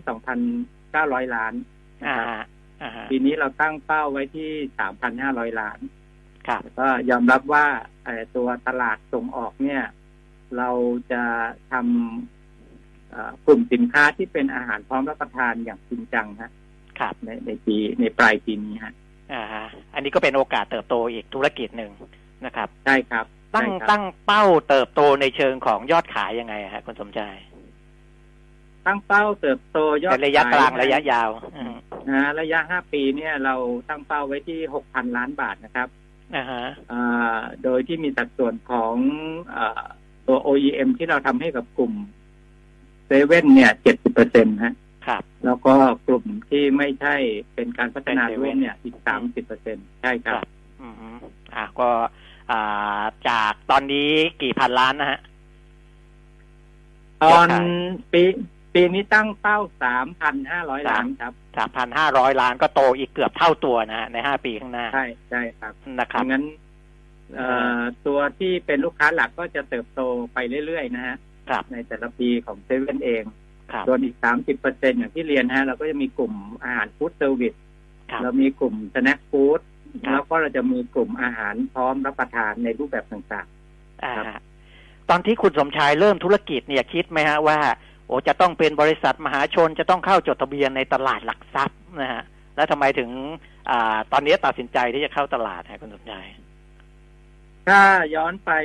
Speaker 4: 2,900 ล้านปีนี้เราตั้งเป้าไว้ที่ 3,500 ล้านก็ยอมรับว่าตัวตลาดส่งออกเนี่ยเราจะทำกลุ่มสินค้าที่เป็นอาหารพร้อมรับประทานอย่างจริงจังฮะในปลายปีนี้ฮะ
Speaker 3: อันนี้ก็เป็นโอกาสเติบโตอีกธุรกิจหนึ่งนะครับ
Speaker 4: ใช่ครับ
Speaker 3: ตั้งเป้าเติบโตในเชิงของยอดขายยังไงฮะคุณสมชาย
Speaker 4: ตั้งเป้าเติบโตยอดขาย
Speaker 3: ระยะกลางระยะยาว
Speaker 4: ระยะ5ปีเนี่ยเราตั้งเป้าไว้ที่ 6,000 ล้านบาทนะครับโดยที่มีสัดส่วนของตัว OEM ที่เราทำให้กับกลุ่มเซเว่นเนี่ย 70% ฮะ
Speaker 3: ครับ
Speaker 4: แล้วก็กลุ่มที่ไม่ใช่เป็นการพัฒนาร่วมเนี่ยอีก 30% ใช่ครับ
Speaker 3: ก็จากตอนนี้กี่พันล้านนะฮะ
Speaker 4: ตอนปีนี้ตั้งเป้า 3,500 ล้านครับ
Speaker 3: 3,500 ล้านก็โตอีกเกือบเท่าตัวนะฮะใน5ปีข้างหน้า
Speaker 4: ใช่ครับ
Speaker 3: นะครับ
Speaker 4: งั้นตัวที่เป็นลูกค้าหลักก็จะเติบโตไปเรื่อยๆนะฮะในแต่ละปีของเซเว่นเองส่วนอีก 30% อย่างที่เรียนฮะเราก็จะมีกลุ่มอาหารฟู้ดเซอร์วิสเรามีกลุ่มสแน็คฟู้ดแล้วก็เราจะมีกลุ่มอาหารพร้อมรับประทานในรูปแบบต่าง
Speaker 3: ๆตอนที่คุณสมชายเริ่มธุรกิจเนี่ยคิดไหมฮะว่าจะต้องเป็นบริษัทมหาชนจะต้องเข้าจดทะเบียนในตลาดหลักทรัพย์นะฮะแล้วทำไมถึงตอนนี้ตัดสินใจที่จะเข้าตลาดฮะคุณสมชาย
Speaker 4: ถ้าย้อนไป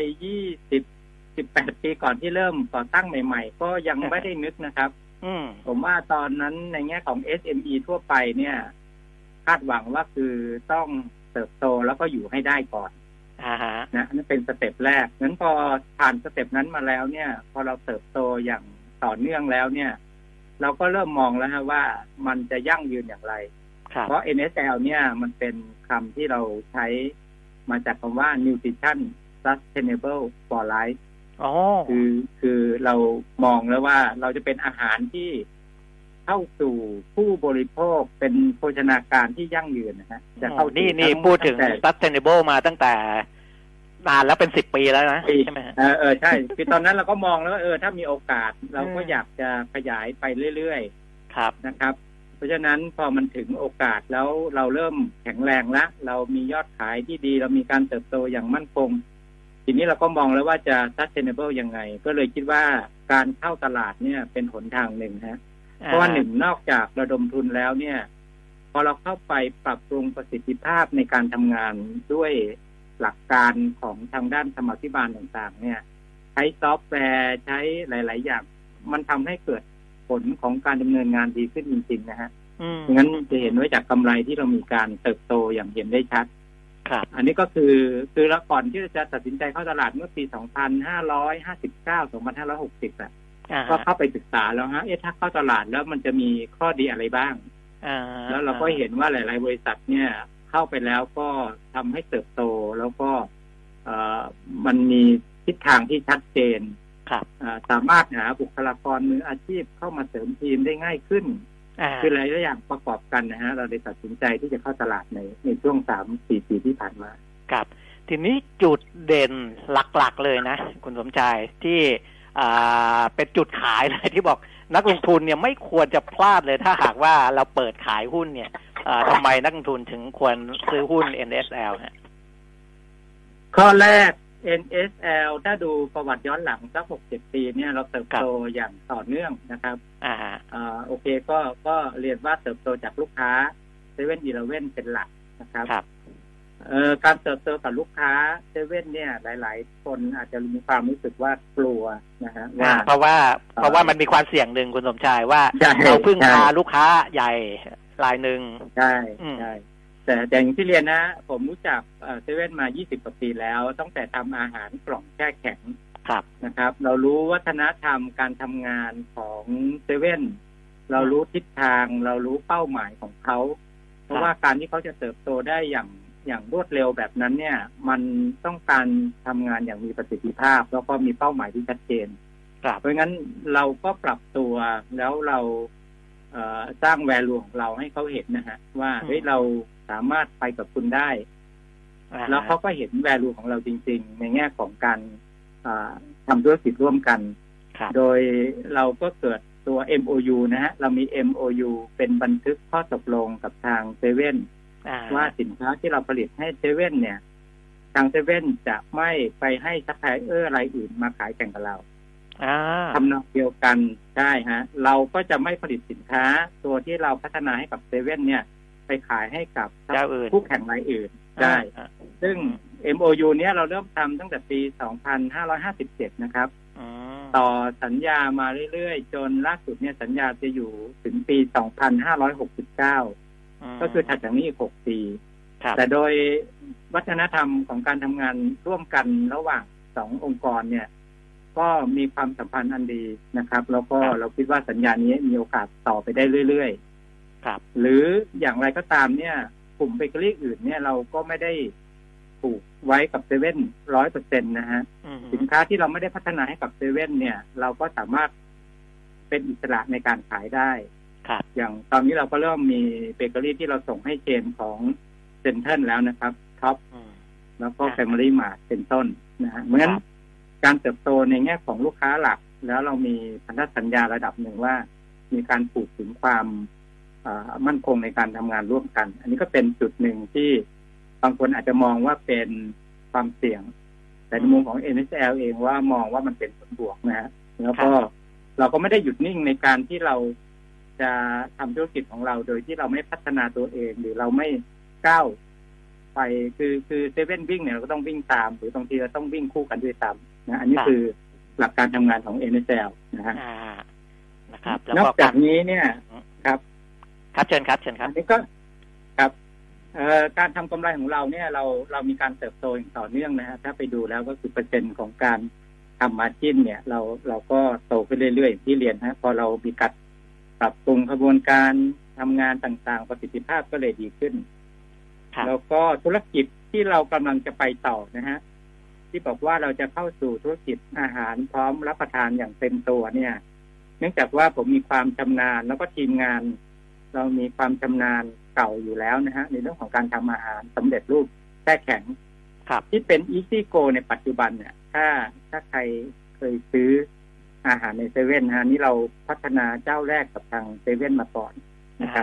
Speaker 4: 18 ปีก่อนที่เริ่มก่อตั้งใหม่ๆก็ยังไม่ได้นึกนะครับผมว่าตอนนั้นในแง่ของ SME ทั่วไปเนี่ยคาดหวังว่าคือต้องเติบโตแล้วก็อยู่ให้ได้ก่อนนะนั่นเป็นสเต็ปแรกงั้นพอผ่านสเต็ปนั้นมาแล้วเนี่ยพอเราเติบโตอย่างต่อเนื่องแล้วเนี่ยเราก็เริ่มมองแล้วฮะว่ามันจะยั่งยืนอย่างไรเพราะ NSL เนี่ยมันเป็นคำที่เราใช้มาจากคำว่า Nutrition Sustainable for Life คือเรามองแล้วว่าเราจะเป็นอาหารที่เข้าสู่ผู้บริโภคเป็นโภชนาการที่ยั่งยืนนะฮะ
Speaker 3: จะเข้านี่พูดถึง Sustainable มาตั้งแต่นานแล้วเป็น10 ปีแล้วนะใช่ไหม
Speaker 4: ใช่คือตอนนั้นเราก็มองแล้วว่าถ้ามีโอกาสเราก็อยากจะขยายไปเรื่อย
Speaker 3: ๆครับ
Speaker 4: นะครับเพราะฉะนั้นพอมันถึงโอกาสแล้วเราเริ่มแข็งแรงแล้วเรามียอดขายที่ดีเรามีการเติบโตอย่างมั่นคงทีนี้เราก็มองแล้วว่าจะ sustainable ยังไงก็เลยคิดว่าการเข้าตลาดเนี่ยเป็นหนทางหนึ่งฮะเพราะว่านอกจากระดมทุนแล้วเนี่ยพอเราเข้าไปปรับปรุงประสิทธิภาพในการทำงานด้วยหลักการของทางด้านธรรมาภิบาลต่างๆเนี่ยใช้ซอฟต์แวร์ใช้หลายๆอย่างมันทำให้เกิดผลของการดำเนินงานดีขึ้นจริงๆนะฮะงั้นจะเห็นไว้จากกำไรที่เรามีการเติบโตอย่างเห็นได้ชัดอันนี้ก็คือแล้วก่อนที่จะตัดสินใจเข้าตลาดเมื่อปี 2559 2560ก็เข้าไปศึกษาแล้วฮะถ้าเข้าตลาดแล้วมันจะมีข้อดีอะไรบ้างแล้วเราก็เห็นว่าหลายๆบริษัทเนี่ยเข้าไปแล้วก็ทำให้เติบโตแล้วก็มันมีทิศทางที่ชัดเจนสามารถหาบุคลากรมืออาชีพเข้ามาเสริมทีมได้ง่ายขึ้นคือหลายอย่างประกอบกันนะฮะเราได้ตัดสินใจที่จะเข้าตลาดในช่วง 3-4 ปีที่ผ่านมา
Speaker 3: ครับทีนี้จุดเด่นหลักๆเลยนะคุณสมชายที่เป็นจุดขายเลยที่บอกนักลงทุนเนี่ยไม่ควรจะพลาดเลยถ้าหากว่าเราเปิดขายหุ้นเนี่ยทำไมนักลงทุนถึงควรซื้อหุ้น NSL ฮะ
Speaker 4: ข้อแรก NSL ถ้าดูประวัติย้อนหลังสัก 6-7 ปีเนี่ยเราเติบโตอย่างต่อเนื่องนะครับโอเคก็เรียนว่าเติบโตจากลูกค้า 7-Eleven เป็นหลักนะครับการเติบโตกับลูกค้าเซเว่นเนี่ยหลายๆคนอาจจะมีความรู้สึกว่ากลัวนะฮะ
Speaker 3: เพราะว่ามันมีความเสี่ยงหนึ่งคุณสมชายว่าเราพึ่งพาลูกค้าใหญ่รายหนึ่ง
Speaker 4: ใช่แต่แต่อย่างที่เรียนนะผมรู้จักเซเว่นมา20 กว่าปีแล้วตั้งแต่ทำอาหารกล่องแช่แข็งนะครับเรารู้วัฒนธรรมการทำงานของเซเว่นเรารู้ทิศทางเรารู้เป้าหมายของเขาเพราะว่าการที่เขาจะเติบโตได้อย่างรวดเร็วแบบนั้นเนี่ยมันต้องการทำงานอย่างมีประสิทธิภาพแล้วก็มีเป้าหมายที่ชัดเจนเพราะงั้นเราก็ปรับตัวแล้วเราสร้าง value ของเราให้เขาเห็นนะฮะว่าเฮ้ยเราสามารถไปกับคุณได้แล้วเขาก็เห็น value ของเราจริงๆในแง่ของการทำธุรกิจร่วมกันโดยเราก็เกิดตัว MOU นะฮะเรามี MOU เป็นบันทึกข้อตกลงกับทางเซเว่นว่าสินค้าที่เราผลิตให้เซเว่นเนี่ยทางเซเว่นจะไม่ไปให้ซัพพลายเออร์รายอื่นมาขายแข่งกับเราทำนองเดียวกันใช่ฮะเราก็จะไม่ผลิตสินค้าตัวที่เราพัฒนาให้กับเซเว่นเนี่ยไปขายให้กับคู่แข่งรายอื่นได้ซึ่ง MOU เนี้ยเราเริ่มทำตั้งแต่ปี 2557 นะครับต่อสัญญามาเรื่อยๆจนล่าสุดเนี่ยสัญญาจะอยู่ถึงปี 2569 ก็คือถัดจากนี้อีก 6 ปีแต่โดยวัฒนธรรมของการทำงานร่วมกันระหว่าง2 องค์กรเนี่ยก็มีความสัมพันธ์อันดีนะครับแล้วก็เราคิดว่าสัญญานี้มีโอกาสต่อไปได้เรื่อยๆหรืออย่างไรก็ตามเนี่ยกลุ่มเบเกอรี่อื่นเนี่ยเราก็ไม่ได้ผูกไว้กับเซเว่น 100% นะฮะสินค้าที่เราไม่ได้พัฒนาให้กับเซเว่นเนี่ยเราก็สามารถเป็นอิสระในการขายได้อย่างตอนนี้เราก็เริ่มมีเบเกอรี่ที่เราส่งให้เชนของเซ็นทรัลแล้วนะครับท็อปแล้วก็แฟมิลี่มาร์ทเป็นต้นนะฮะเหมือนการเติบโตในแง่ของลูกค้าหลักแล้วเรามีพันธสัญญาระดับหนึ่งว่ามีการผูกถึงความมั่นคงในการทำงานร่วมกันอันนี้ก็เป็นจุดหนึ่งที่บางคนอาจจะมองว่าเป็นความเสี่ยงแต่ในมุมของ NSL เองว่ามองว่ามันเป็นผลบวกนะฮะแล้วก็เราก็ไม่ได้หยุดนิ่งในการที่เราจะทำธุรกิจของเราโดยที่เราไม่พัฒนาตัวเองหรือเราไม่ก้าวไปคือเซเว่นวิ่งเนี่ยเราก็ต้องวิ่งตามหรือบางทีเราต้องวิ่งคู่กันด้วยซ้ำนะอันนี้คือหลักการทำงานของ NSL นะฮะ
Speaker 3: นะครับ
Speaker 4: นอกจากนี้เนี่ยครับ
Speaker 3: เชิญครับ
Speaker 4: อันนี้ก็ครับการทำกำไรของเราเนี่ยเรามีการเติบโตอย่างต่อเนื่องนะฮะถ้าไปดูแล้วก็คือเปอร์เซ็นต์ของการทำมาร์จิ้นเนี่ยเราก็โตขึ้นเรื่อยๆที่เรียนฮะพอเรามีการปรับปรุงกระบวนการทำงานต่างๆประสิทธิภาพก็เลยดีขึ้นแล้วก็ธุรกิจที่เรากำลังจะไปต่อนะฮะที่บอกว่าเราจะเข้าสู่ธุรกิจอาหารพร้อมรับประทานอย่างเต็มตัวเนี่ยเนื่องจากว่าผมมีความชำนาญแล้วก็ทีมงานเรามีความชำนาญเก่าอยู่แล้วนะฮะในเรื่องของการทำอาหารสำเร็จรูปแช่แข็งที่เป็น Easy Go ในปัจจุบันเนี่ยถ้าใครเคยซื้ออาหารในเซเว่นฮะนี่เราพัฒนาเจ้าแรกกับทางเซเว่นมาก่อนนะครับ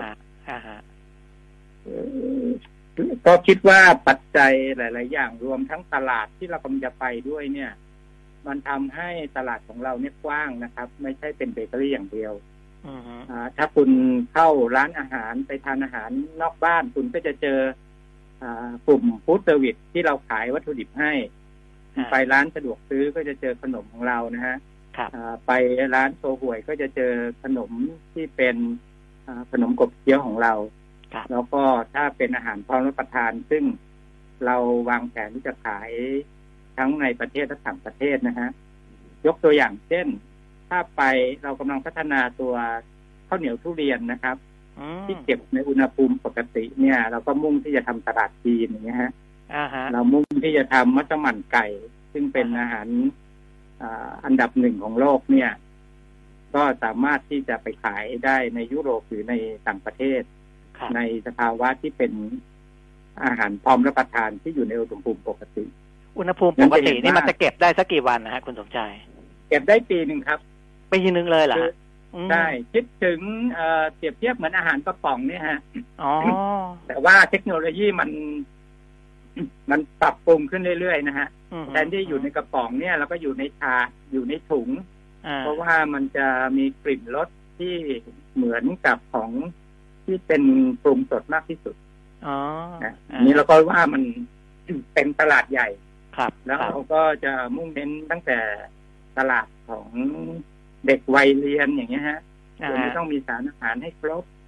Speaker 4: ก็คิดว่าปัจจัยหลายๆอย่างรวมทั้งตลาดที่เรากำลังจะไปด้วยเนี่ยมันทำให้ตลาดของเราเนี่ยกว้างนะครับไม่ใช่เป็นเบเกอรี่อย่างเดียวถ้าคุณเข้าร้านอาหารไปทานอาหารนอกบ้านคุณก็จะเจอกลุ่มฟู้ดเซอร์วิสที่เราขายวัตถุดิบให้ไปร้านสะดวกซื้อก็จะเจอขนมของเรานะฮะไปร้านโชห่วยก็จะเจอขนมที่เป็นขนมกบเคี้ยวของเราแล้วก็ถ้าเป็นอาหารพร้อมรับประทานซึ่งเราวางแผนที่จะขายทั้งในประเทศและต่างประเทศนะฮะยกตัวอย่างเช่นถ้าไปเรากำลังพัฒนาตัวข้าวเหนียวทุเรียนนะครับที่เก็บในอุณหภูมิปกติเนี่ยเราก็มุ่งที่จะทำตลาดจีนอย่างเงี้ยฮะเรามุ่งที่จะทำมัสมั่นไก่ซึ่งเป็นอาหารอันดับหนึ่งของโลกเนี่ยก็สามารถที่จะไปขายได้ในยุโรปหรือในต่างประเทศในสภาวะที่เป็นอาหารพร้อมรับประทานที่อยู่ในอุณหภูมิปกติ
Speaker 3: อุณหภูมิปกตินี่มันจะเก็บได้สักกี่วันนะฮะคุณสมชาย
Speaker 4: เก็บได้ปีนึงครับ
Speaker 3: ปีนึงเลยเหรอ
Speaker 4: ใช่คิดถึงเปรียบเทียบเหมือนอาหารกระป๋องเนี่ยฮะแต่ว่าเทคโนโลยีมันปรับปรุงขึ้นเรื่อยๆนะฮะแทนที่อยู่ในกระป๋องเนี่ยเราก็อยู่ในชาอยู่ในถุงเพราะว่ามันจะมีกลิ่นรสที่เหมือนกับของที่เป็นปรุงสดมากที่สุดนี่เราก็ว่ามันเป็นตลาดใหญ่แล้วเราก็จะมุ่งเน้นตั้งแต่ตลาดของเด็กวัยเรียนอย่างเงี้ยฮะไม่ต้องมีสารอาหารให้ครบ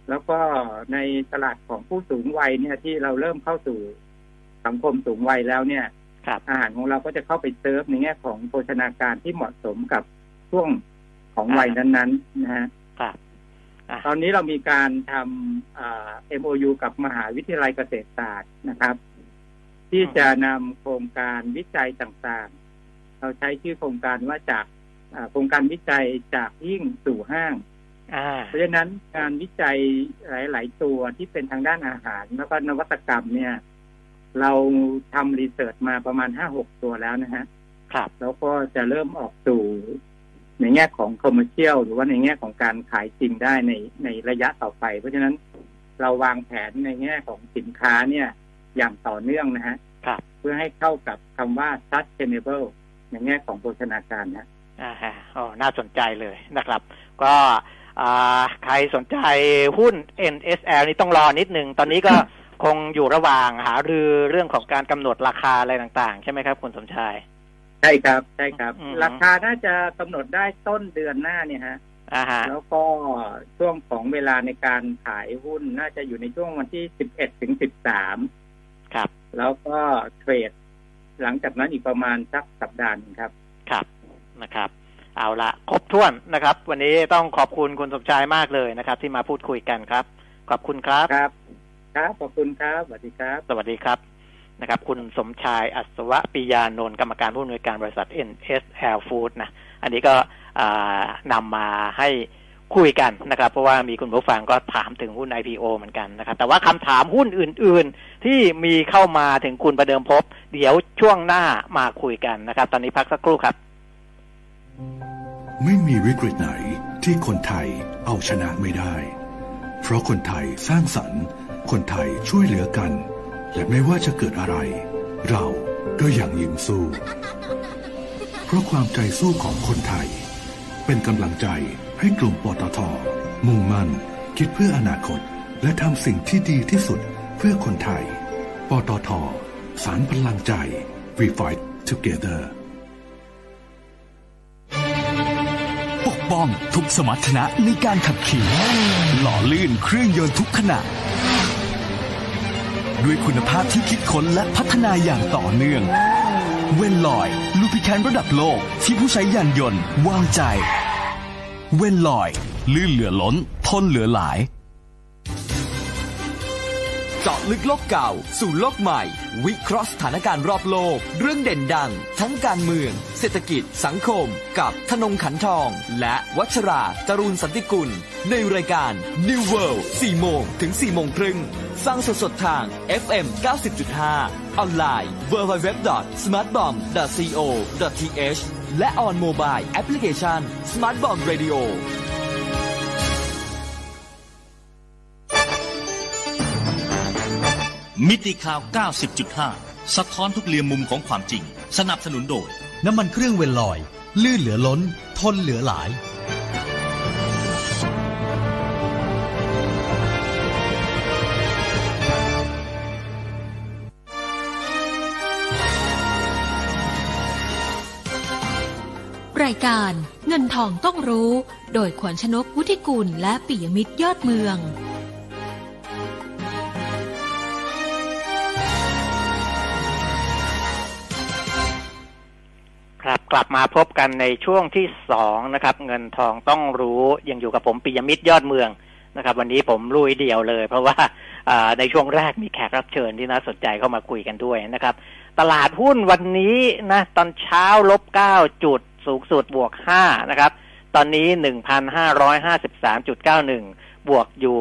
Speaker 4: แล้วก็ในตลาดของผู้สูงวัยเนี่ยที่เราเริ่มเข้าสู่สังคมสูงวัยแล้วเนี่ยอาหารของเราก็จะเข้าไปเซิร์ฟในแง่ของโภชนาการที่เหมาะสมกับช่วงของวัยนั้นๆนะฮะตอนนี้เรามีการทำMOU กับมหาวิทยาลัยเกษตรศาสตร์นะครับที่จะนำโครงการวิจัยต่างๆเราใช้ชื่อโครงการว่าจากโครงการวิจัยจากยิ่งสู่ห้างเพราะฉะนั้นการวิจัยหลายๆตัวที่เป็นทางด้านอาหารแล้วก็นวัตกรรมเนี่ยเราทำรีเสิร์ชมาประมาณ 5-6 ตัวแล้วนะฮะแล้วก็จะเริ่มออกสู่ในแง่ของคอมเมอร์เชียลหรือว่าในแง่ของการขายจริงได้ในระยะต่อไปเพราะฉะนั้นเราวางแผนในแง่ของสินค้าเนี่ยอย่างต่อเนื่องนะฮะเพื่อให้เข้ากับคำว่า sustainable ในแง่ของโภชนาการนะ
Speaker 3: น่าสนใจเลยนะครับก็ใครสนใจหุ้น NSL นี่ต้องรอนิดนึงตอนนี้ก็คงอยู่ระหว่างหารือเรื่องของการกำหนดราคาอะไรต่างๆใช่ไหมครับคุณสมชาย
Speaker 4: ใช่ครับใช่ครับราคาน่าจะกำหนดได้ต้นเดือนหน้าเนี่ยฮะแล้วก็ช่วงของเวลาในการขายหุ้นน่าจะอยู่ในช่วงวันที่11 ถึง 13
Speaker 3: ครับ
Speaker 4: แล้วก็เทรดหลังจากนั้นอีกประมาณสักสัปดาห์นึงครับ
Speaker 3: ครับนะครับเอาละครบถ้วนนะครับวันนี้ต้องขอบคุณคุณสมชายมากเลยนะครับที่มาพูดคุยกันครับขอบคุณครับ
Speaker 4: ครับขอบคุณครับสวัสดีครับ
Speaker 3: สวัสดีครับนะครับคุณสมชายอัศวปิยานนท์กรรมการผู้อำนวยการบริษัท NSL Food นะอันนี้ก็นำมาให้คุยกันนะครับเพราะว่ามีคุณผู้ฟังก็ถามถึงหุ้น IPO เหมือนกันนะครับแต่ว่าคำถามหุ้นอื่นๆที่มีเข้ามาถึงคุณประเดิมพบเดี๋ยวช่วงหน้ามาคุยกันนะครับตอนนี้พักสักครู่ครับ
Speaker 5: ไม่มีวิกฤตไหนที่คนไทยเอาชนะไม่ได้เพราะคนไทยสร้างสรรค์คนไทยช่วยเหลือกันและไม่ว่าจะเกิดอะไรเราก็ยังยิ้มสู้เพราะความใจสู้ของคนไทยเป็นกำลังใจให้กลุ่มปตท.มุ่งมั่นคิดเพื่ออนาคตและทำสิ่งที่ดีที่สุดเพื่อคนไทยปตท.สานพลังใจ We Fight Together
Speaker 6: ปกป้องทุกสมรรถนะในการขับขี่หล่อลื่นเครื่องยนต์ทุกขณะด้วยคุณภาพที่คิดค้นและพัฒนาอย่างต่อเนื่องเวนลอยลูพิแคนระดับโลกที่ผู้ใช้ยานยนต์วางใจเวนลอยลื่นเหลือล้นทนเหลือหลายเจาะลึกโลกเก่าสู่โลกใหม่วิเคราะห์สถานการณ์รอบโลกเรื่องเด่นดังทั้งการเมืองเศรษฐกิจสังคมกับธนงขันทองและวัชราจรูนสันติกุลในรายการ New World 4 โมงถึง 4 โมงครึ่งฟังสดๆทาง FM 90.5 ออนไลน์ www.smartbomb.co.th และ on mobile application Smart Bomb Radio
Speaker 7: มิติข่าว 90.5 สะท้อนทุกเหลี่ยมมุมของความจริงสนับสนุนโดย
Speaker 6: น้ำมันเครื่องเวนลอยลื่นเหลือล้นทนเหลือหลาย
Speaker 2: รายการเงินทองต้องรู้โดยขวัญชนกวุฒิกุลและปิยมิตรยอดเมือง
Speaker 3: ครับกลับมาพบกันในช่วงที่2นะครับเงินทองต้องรู้ยังอยู่กับผมปิยมิตรยอดเมืองนะครับวันนี้ผมลุยเดี่ยวเลยเพราะว่าในช่วงแรกมีแขกรับเชิญที่น่าสนใจเข้ามาคุยกันด้วยนะครับตลาดหุ้นวันนี้นะตอนเช้าลบ9จุดสูงสุดบวก5นะครับตอนนี้ 1,553.91 บวกอยู่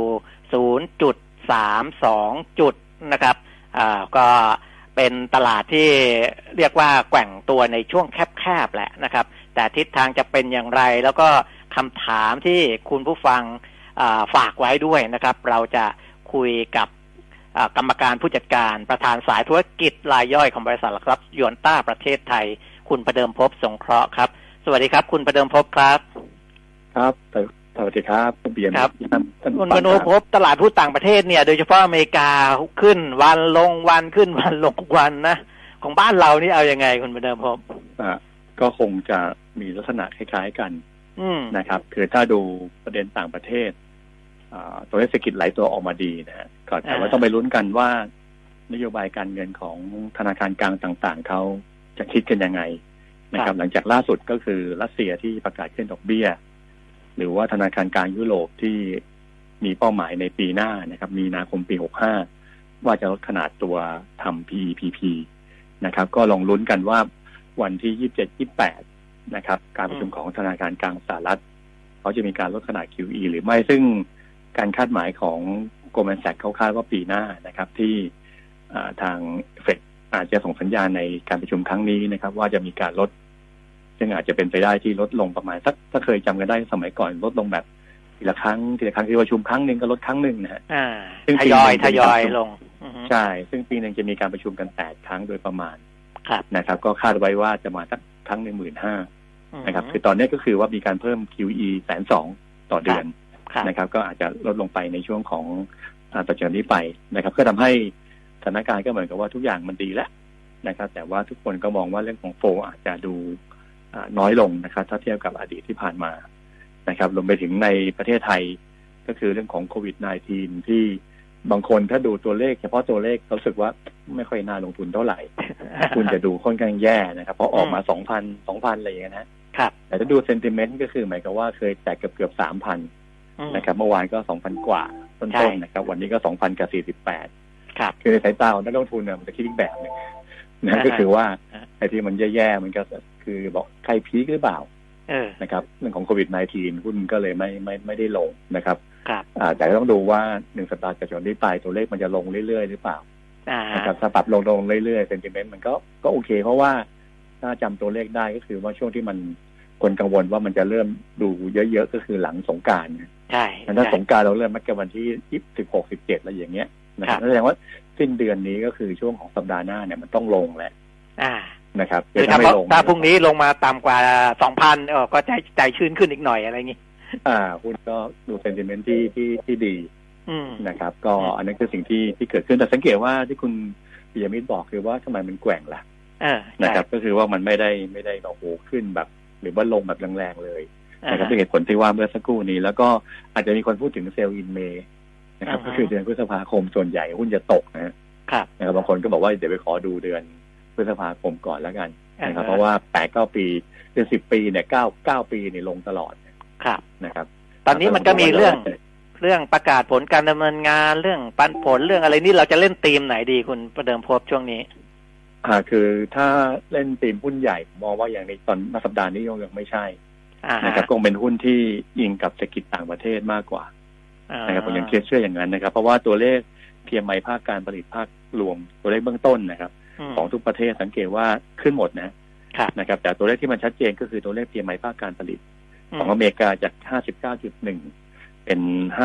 Speaker 3: 0.32 จุดนะครับก็เป็นตลาดที่เรียกว่าแกว่งตัวในช่วงแคบๆแหละนะครับแต่ทิศทางจะเป็นอย่างไรแล้วก็คำถามที่คุณผู้ฟังฝากไว้ด้วยนะครับเราจะคุยกับกรรมการผู้จัดการประธานสายธุรกิจรายย่อยของบริษัทหลักทรัพย์ยวนต้าประเทศไทยคุณประเดิมภพสงเคราะห์ครับสวัสดีครับคุณประเดิมภพครับ
Speaker 8: ครับสวัสดีครับคุณเบียร์
Speaker 3: ครับคุณประเดิมภพตลาดหุ้นต่างประเทศเนี่ยโดยเฉพาะอเมริกาขึ้นวันลงวันขึ้นวันลงวันนะของบ้านเรานี่เอายังไงคุณประเดิมภพ
Speaker 8: ก็คงจะมีลักษณะคล้ายๆกันนะครับคือถ้าดูประเด็นต่างประเทศตัวเลขเศรษฐกิจหลายตัวออกมาดีนะฮะก็แต่ว่าต้องไปลุ้นกันว่านโยบายการเงินของธนาคารกลางต่างๆเขาจะคิดกันยังไงนะครับหลังจากล่าสุดก็คือรัสเซียที่ประกาศขึ้นดอกเบี้ยหรือว่าธนาคารกลางยุโรปที่มีเป้าหมายในปีหน้านะครับมีนาคมปี65ว่าจะลดขนาดตัวทำ PEPP นะครับก็ลองลุ้นกันว่าวันที่27-28นะครับการประชุมของธนาคารกลางสหรัฐเขาจะมีการลดขนาด QE หรือไม่ซึ่งการคาดหมายของ Goldman Sachs เขาคาดว่าปีหน้านะครับที่ทางเฟดอาจจะส่งสัญญาณในการประชุมครั้งนี้นะครับว่าจะมีการลดซึ่งอาจจะเป็นไปได้ที่ลดลงประมาณสักถ้าเคยจำกันได้สมัยก่อนลดลงแบบทีละครั้งที่ประชุมครั้งนึงก็ลดครั้งนึงนะฮะ
Speaker 3: ซึ่งทยอยลง
Speaker 8: ใช่ซึ่งปีนึงจะมีการประชุมกัน8ครั้งโดยประมาณนะครับก็คาดไว้ว่าจะมาสักครั้งนึง 15,000 นะครับคือตอนนี้ก็คือว่ามีการเพิ่ม QE 120,000 ต่อเดือนนะครับก็อาจจะลดลงไปในช่วงของต่อจากนี้ไปนะครับก็ทำให้สถานการณ์ก็เหมือนกับว่าทุกอย่างมันดีแล้วนะครับแต่ว่าทุกคนก็มองว่าเรื่องของโฟอาจจะดูน้อยลงนะครับถ้าเทียบกับอดีตที่ผ่านมานะครับรวมไปถึงในประเทศไทยก็คือเรื่องของโควิด -19 ที่บางคนถ้าดูตัวเลขเฉพาะตัวเลขรู้สึกว่าไม่ค่อยน่าลงทุนเท่าไหร่ คุณจะดูค่อนข้างแย่นะครับเพราะออกมา 2,000 อะไรอย่างเงี้ยนะครับแต่ถ้าดูเซนติเมนต์ก็คือหมายความว่าเคยแตะเกือบ 3,000 นะครับเมื่อวานก็ 2,000 กว่าต้นๆนะครับวันนี้ก็ 2,000 กับ 48ครับคือในสายตาของนักลงทุนเนี่ยมันจะคิดอีกแบบนึงนะก็คือว่าไอ้ที่มันแย่ๆมันก็คือบอกใครพีคหรือเปล่านะครับเรื่องของโควิด -19 หุ้นก็เลยไม่ได้ลงนะครับแต่ต้องดูว่า1สัปดาห์จากนี้ไปตัวเลขมันจะลงเรื่อยๆหรือเปล่านะครับถ้าปรับลงเรื่อยๆเซนติเมนต์มันก็โอเคเพราะว่าถ้าจำตัวเลขได้ก็คือว่าช่วงที่มันคนกังวลว่ามันจะเริ่มดูเยอะๆก็คือหลังสงกรานต์
Speaker 3: ใช่
Speaker 8: ถ้าสงกรานต์เราเริ่มมักจะวันที่16 17อะไรอย่างเงี้ยนะครับแสดงว่าสิ้นเดือนนี้ก็คือช่วงของสัปดาห์หน้าเนี่ยมันต้องลงแหละนะครับ
Speaker 3: คือถ้าพรุ่งนี้ลงมาต่ำกว่า 2,000 ก็ใจชื้นขึ้นอีกหน่อยอะไรอย่างงี้
Speaker 8: หุ้นก็ดูเซนติเมนต์ที่ดีนะครับก็อันนั้นคือสิ่งที่เกิดขึ้นแต่สังเกตว่าที่คุณปิยมิตรบอกคือว่าทำไมมันแกว่งล่ะนะครับก็คือว่ามันไม่ได้โอ้โหขึ้นแบบหรือว่าลงแบบแรงๆเลยนะครับด้วยเหตุผลที่ว่าเมื่อสักครู่นี้แล้วก็อาจจะมีคนพูดถึงเซลล์อินเมย์นะครับก็คือเดือนพฤษภาคมส่วนใหญ่หุ้นจะตกนะครับบางคนก็บอกว่าเดี๋ยวไปขอดูเดือนพฤษภาคมก่อนแล้วกันนะครับเพราะว่า 8-9 ปีเดือน10 ปีเนี่ย9 ปีนี่ลงตลอดนะครับ
Speaker 3: ตอนนี้มันก็มีเรื่องประกาศผลการดำเนินงานเรื่องปันผลเรื่องอะไรนี่เราจะเล่นธีมไหนดีคุณประเดิมพบช่วงนี้
Speaker 8: คือถ้าเล่นธีมหุ้นใหญ่มองว่าอย่างในตอนสัปดาห์นี้ยังไม่ใช่นะครับคงเป็นหุ้นที่ยิงกับเศรษฐกิจต่างประเทศมากกว่านะครับผมยังเชื่ออย่างนั้นนะครับเพราะว่าตัวเลข PMI ภาคการผลิตภาครวมตัวเลขเบื้องต้นนะครับของทุกประเทศสังเกตว่าขึ้นหมดนะครับแต่ตัวเลขที่มันชัดเจนก็คือตัวเลข PMI ภาคการผลิตของอเมริกาจาก 59.1 เป็น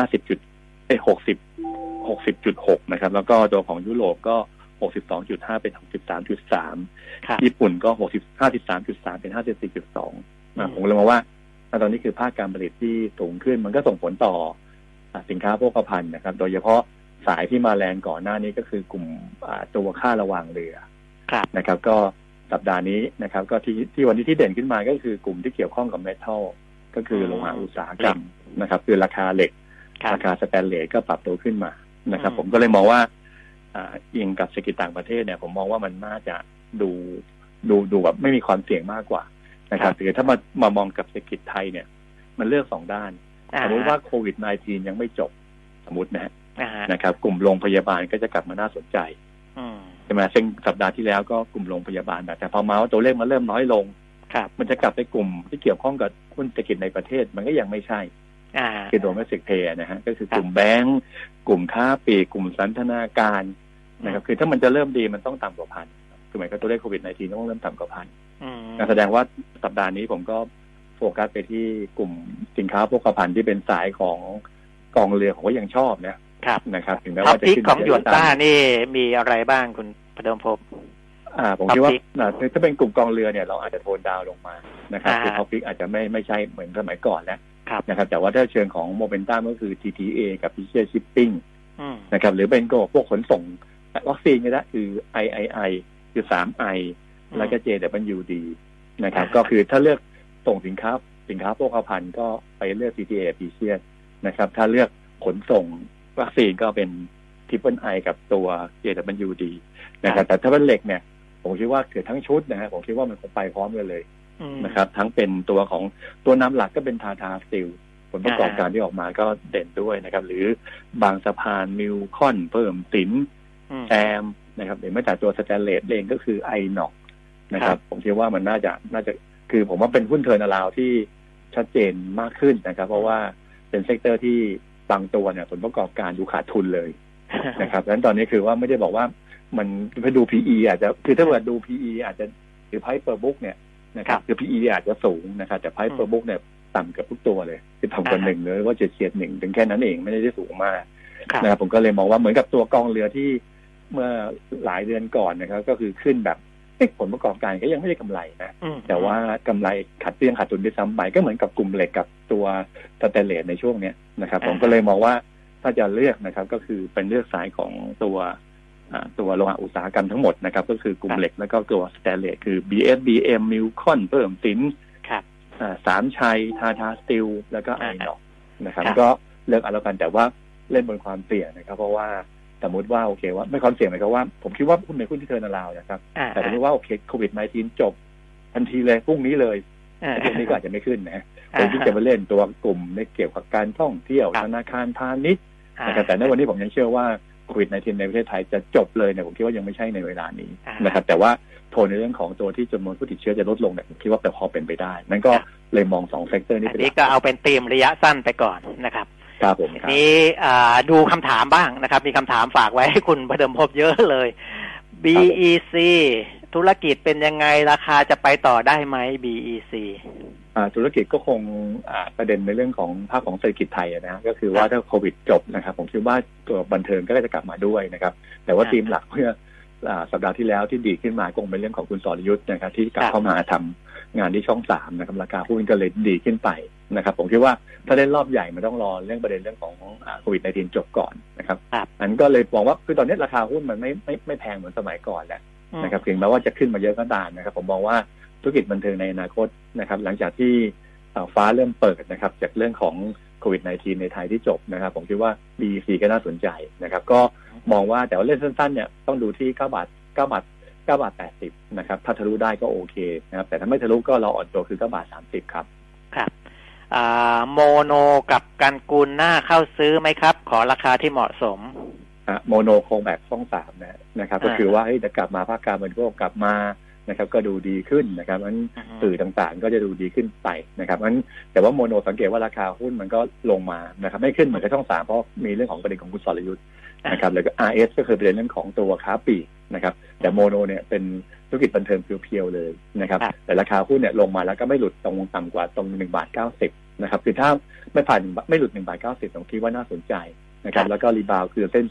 Speaker 8: 60.6 นะครับแล้วก็ตัวของยุโรปก็ 62.5 เป็น 63.3 ญี่ปุ่นก็ 53.3 เป็น 54.2 ผมเลยมองว่าตอนนี้คือภาคการผลิตที่สูงขึ้นมันก็ส่งผลต่อสินค้าโภคภัณฑ์นะครับโดยเฉพาะสายที่มาแรงก่อนหน้านี้ก็คือกลุ่มตัวค่าระวางเรือนะครับก็สัปดาห์นี้นะครับก็ที่วันนี้ที่เด่นขึ้นมาก็คือกลุ่มที่เกี่ยวข้องกับเมทัลก็คือโลหะอุตสาหกรรมนะครับคือราคาเหล็กราคาสแตนเลสก็ปรับตัวขึ้นมานะครับผมก็เลยมองว่าอิงกับเศรษฐกิจต่างประเทศเนี่ยผมมองว่ามันน่าจะดูแบบไม่มีความเสี่ยงมากกว่านะครับแต่ถ้ามามองกับเศรษฐกิจไทยเนี่ยมันเลือก2ด้านสมมติว่าโควิด -19 ยังไม่จบสมมตินะครับกลุ่มโรงพยาบาลก็จะกลับมาน่าสนใจใช่ไหมซึ่งสัปดาห์ที่แล้วก็กลุ่มโรงพยาบาลแต่พอมาว่าตัวเลขมันเริ่มน้อยลงมันจะกลับไปกลุ่มที่เกี่ยวข้องกับหุ้นเศรษฐกิจในประเทศมันก็ยังไม่ใช่คือโดเมสติกเพย์นะฮะก็คือกลุ่มแบงก์กลุ่มค้าปลีกกลุ่มสันทนาการนะครับคือถ้ามันจะเริ่มดีมันต้องต่ำกว่า 1,000 คือหมายความตัวเลขโควิด -19 ต้องเริ่มต่ำกว่า 1,000 แสดงว่าสัปดาห์นี้ผมก็โฟกัสไปที่กลุ่มสินค้าโภคภัณฑ์ที่เป็นสายของกองเรือผมก็ยังชอบนะครับถึงแม้ว่าจะ
Speaker 3: ขึ้นของหยวนต้านี่มีอะไรบ้างคุณประเดิมพบ
Speaker 8: ผมคิดว่าถ้าเป็นกลุ่มกองเรือเนี่ยเราอาจจะโทนดาวลงมานะครับคือท็อปพิกอาจจะไม่ใช่เหมือนสมัยก่อนแล้วนะครับแต่ว่าถ้าเชิงของโมเมนตัมก็คือ TTA กับ Asia Shipping นะครับหรือเป็นก็พวกขนส่งวัคซีนก็ได้คือ III คือ 3I แล้วก็ JWD นะครับก็คือถ้าเลือกส่งสินค้าโภคภัณฑ์ก็ไปเลือก TTA Asia นะครับถ้าเลือกขนส่งวัคซีนก็เป็น Triple I กับตัว JWD นะครับแต่ถ้าเป็นเหล็กเนี่ยผมคิดว่าเกิดทั้งชุดนะฮะผมคิดว่ามันคงไปพร้อมกันเลยนะครับทั้งเป็นตัวของตัวนำหลักก็เป็นทาทาสตีลผลประกอบการที่ออกมาก็เด่นด้วยนะครับหรือบางสะพานมิลคอนเพิ่มสินแอมนะครับหรือแม้แต่ตัวสแตนเลสเองก็คือไอน็อกนะครับผมคิดว่ามันน่าจะคือผมว่าเป็นหุ้นเทอร์นาราวที่ชัดเจนมากขึ้นนะครับเพราะว่าเป็นเซกเตอร์ที่บางตัวเนี่ยผลประกอบการดูขาดทุนเลยนะครับดังนั้นตอนนี้คือว่าไม่ได้บอกว่ามันไปดู PE อาจจะคือถ้าเกิดดู PE อาจจะหรือ Price per book เนี่ยนะครับคือ PE อาจจะสูงนะครับแต่ Price per book เนี่ยต่ำเกือบทุกตัวเลยคือต่ำกว่า1เลยว่าเฉียด1ถึงแค่นั้นเองไม่ได้สูงมากนะครับผมก็เลยมองว่าเหมือนกับตัวกองเรือที่เมื่อหลายเดือนก่อนนะครับก็คือขึ้นแบบผลประกอบการก็ยังไม่ได้กำไรนะแต่ว่ากำไรขาดทุนด้วยซ้ำไปก็เหมือนกับกลุ่มเหล็กกับตัวสแตนเลสในช่วงนี้นะครับผมก็เลยมองว่าถ้าจะเลือกนะครับก็คือเป็นเลือกสายของตัวโลหะอุตสาหกรรมทั้งหมดนะครับก็คือกลุ่มเหล็กแล้วก็ตัวสแตนเลสคือ BSBM มิลคอนเพิ่มสินสามชัยทาทาสตีลแล้วก็ไอน็อกนะครับก็เลือกเอาแล้วกันแต่ว่าเล่นบนความเสี่ยงนะครับเพราะว่าสมมติว่าโอเคว่าไม่ความเสี่ยงหมายความว่าผมคิดว่าหุ้นในหุ้นที่เทอร์นาราวนะครับแต่สมมติว่าโอเคโควิด-19 จบทันทีเลยพรุ่งนี้เลยพรุ่งนี้ก็อาจจะไม่ขึ้นนะคนที่จะมาเล่นตัวกลุ่มในเกี่ยวกับการท่องเที่ยวธนาคารพาณิชย์นะครับแต่ในวันนี้ผมยังเชื่อว่าโควิด-19 ในประเทศไทยจะจบเลยเนี่ยผมคิดว่ายังไม่ใช่ในเวลานี้นะครับแต่ว่าโทนในเรื่องของตัวที่จำนวนผู้ติดเชื้อจะลดลงเนี่ยผมคิดว่าพอเป็นไปได้นั่นก็เลยมอง2เซกเตอร์นี้เป็นหลัก
Speaker 3: นี่ก็เอาเป็นธีมระยะสั้นไปก่อนนะครับ
Speaker 8: ครับผม
Speaker 3: นี้ดูคำถามบ้างนะครับมีคำถามฝากไว้ให้คุณประเดิมพบเยอะเลย BEC ธุรกิจเป็นยังไงราคาจะไปต่อได้ไหม BEC
Speaker 8: ธุรกิจก็คงประเด็นในเรื่องของภาพของเศรษฐกิจไทยนะก็คือว่าถ้าโควิดจบนะครับผมคิดว่าตัวบันเทิงก็จะกลับมาด้วยนะครับแต่ว่าธีมหลักเมื่อสัปดาห์ที่แล้วที่ดีขึ้นมาคงเป็นเรื่องของคุณสรยุทธ์นะครับที่กลับเข้ามาทำงานที่ช่อง3นะครับราคาหุ้นก็เลยดีขึ้นไปนะครับผมคิดว่าถ้าเล่นรอบใหญ่มันต้องรอเรื่องประเด็นเรื่องของโควิด-19 จบก่อนนะครับอันก็เลยบอกว่าคือตอนนี้ราคาหุ้นมันไม่แพงเหมือนสมัยก่อนแล้วนะครับถึงแม้ว่าจะขึ้นมาเยอะก็ตามนะครับผมมองว่าธุรกิจบันเทิงในอนาคตนะครับหลังจากที่ฟ้าเริ่มเปิดนะครับจากเรื่องของโควิด-19 ในไทยที่จบนะครับผมคิดว่า BEC ก็น่าสนใจนะครับก็มองว่าแต่ว่าเล่นสั้นๆเนี่ยต้องดูที่9 บาท 80นะครับถ้าทะลุได้ก็โอเคนะครับแต่ถ้าไม่ทะลุก็เราอ่อนตัวคือ9 บาท 30ครับ
Speaker 3: ครับโมโนกับกันกุลน่าเข้าซื้อไหมครับขอราคาที่เหมาะสม
Speaker 8: โมโนคงแบบช่อง3นะครับก็คือว่าจะกลับมาภาคการบริโภคกลับมานะครับก็ดูดีขึ้นนะครับงั้นสื่อต่างๆก็จะดูดีขึ้นไปนะครับงั้นแต่ว่าโมโนสังเกตว่าราคาหุ้นมันก็ลงมานะครับไม่ขึ้นเหมือนกับช่อง3เพราะมีเรื่องของประเด็นของคุณสรยุทธ์นะครับแล้วก็ RS ก็คือประเด็นเรื่องของตัวค้าปลีกนะครับแต่โมโนเนี่ยเป็นธุรกิจบันเทิงเพียวๆเลยนะครับแต่ราคาหุ้นเนี่ยลงมาแล้วก็ไม่หลุดตรงต่ำกว่าตรง1.90 นะครับคือถ้าไม่หลุด1.90ผมคิดว่าน่าสนใจนะครับแล้วก็รีบาวคือเส้น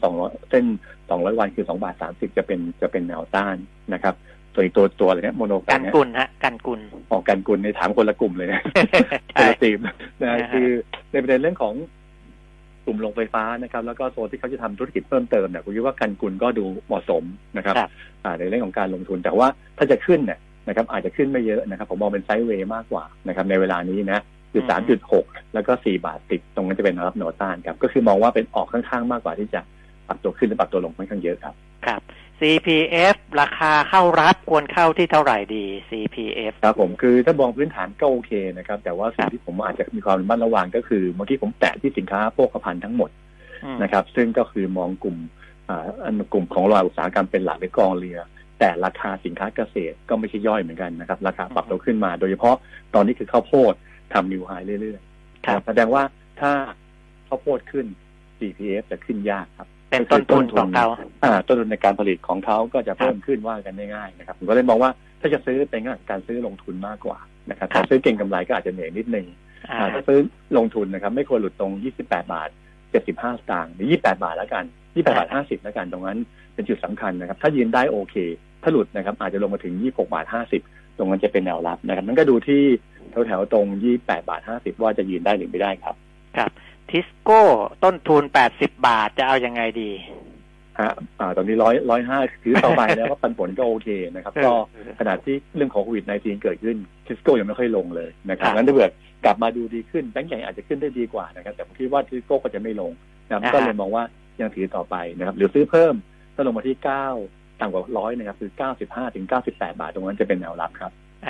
Speaker 8: 200วันคือ2.30 จะเป็นแนวต้านนะครับส่วนอีกตัวอะไรเนี่ยโมโน
Speaker 3: กันกุลฮะกันกุล
Speaker 8: กันกุลในถามคนละกลุ่มเลยนะคนละทีมนะคือในประเด็นเรื่องของกลุ่มโรงไฟฟ้านะครับแล้วก็โซนที่เขาจะทำธุรกิจเพิ่มเติมเนี่ยผมคิดว่ากันกุลก็ดูเหมาะสมนะครับในเรื่องของการลงทุนแต่ว่าถ้าจะขึ้นเนี่ยนะครับอาจจะขึ้นไม่เยอะนะครับผมมองเป็นไซด์เวย์มากกว่านะครับในเวลานี้นะคือ 3.6 แล้วก็4 บาทติดตรงนั้นจะเป็นแนวรับแนวต้านครับก็คือมองว่าเป็นออกข้างๆมากกว่าที่จะปรับตัวขึ้นหรือปรับตัวลงค่อนข้างเยอะครับ
Speaker 3: ครับ CPF ราคาเข้ารับควรเข้าที่เท่าไหร่ดี CPF
Speaker 8: ครับผมคือถ้ามองพื้นฐานก็โอเคนะครับแต่ว่าสิ่งที่ผมอาจจะมีความระมัดระวังก็คือเมื่อกี้ผมแตะที่สินค้าโภคภัณฑ์ทั้งหมดนะครับซึ่งก็คือมองกลุ่มของโลหะอุตสาหกรรมเป็นหลักในกองเรือแต่ราคาสินค้าเกษตรก็ไม่ใช่ย่อยเหมือนกันนะครับราคาปรับตัวขึ้นมาโดยเฉพาะตอนนี้คือข้าวโพดทำนิวไฮเรื่อยๆแสดงว่าถ้าข้าวโพดขึ้น CPF จะขึ้นยากครับ
Speaker 3: เป็นต้นทุนของเขา
Speaker 8: ต้นทุนในการผลิตของเขาก็จะเพิ่มขึ้นว่ากันง่ายๆนะครับผมก็เลยมองว่าถ้าจะซื้อเป็นการซื้อลงทุนมากกว่านะครับถ้าซื้อเก็งกำไรก็อาจจะเหนื่อยนิดนึงถ้าซื้อลงทุนนะครับไม่ควรหลุดตรง28 บาท 75 สตางค์หรือ28 บาทแล้วกัน28 บาท 50แล้วกันตรงนั้นเป็นจุดสำคัญนะครับถ้ายืนได้โอเคถ้าหลุดนะครับอาจจะลงมาถึง26 บาท 50ตรงนั้นจะเป็นแนวรับนะครับมันก็ดูที่แถวๆตรง28 บาท 50ว่าจะยืนได้หรือไม่ได้ครับ
Speaker 3: ครับทิสโก้ต้นทุน80 บาทจะเอายังไงดี
Speaker 8: ตอนนี้105ถือต่อไปแล้วว่าปันผลก็โอเคนะครับก็ขณะที่เรื่องของโควิด-19 เกิดขึ้นทิสโก้ยังไม่ค่อยลงเลยนะครับงั้นถ้าเกิดกลับมาดูดีขึ้นแบงก์ใหญ่อาจจะขึ้นได้ดีกว่านะครับแต่ผมคิดว่าทิสโก้ก็จะไม่ลงนะครับก็เลยมองว่ายังถือต่อไปนะครับหรือซื้อเพิ่มถ้าลงมาที่9ต่ำกว่า100นะครับคือ95ถึง98 บาทตรงนั้นจะเป็นแนวรับครับ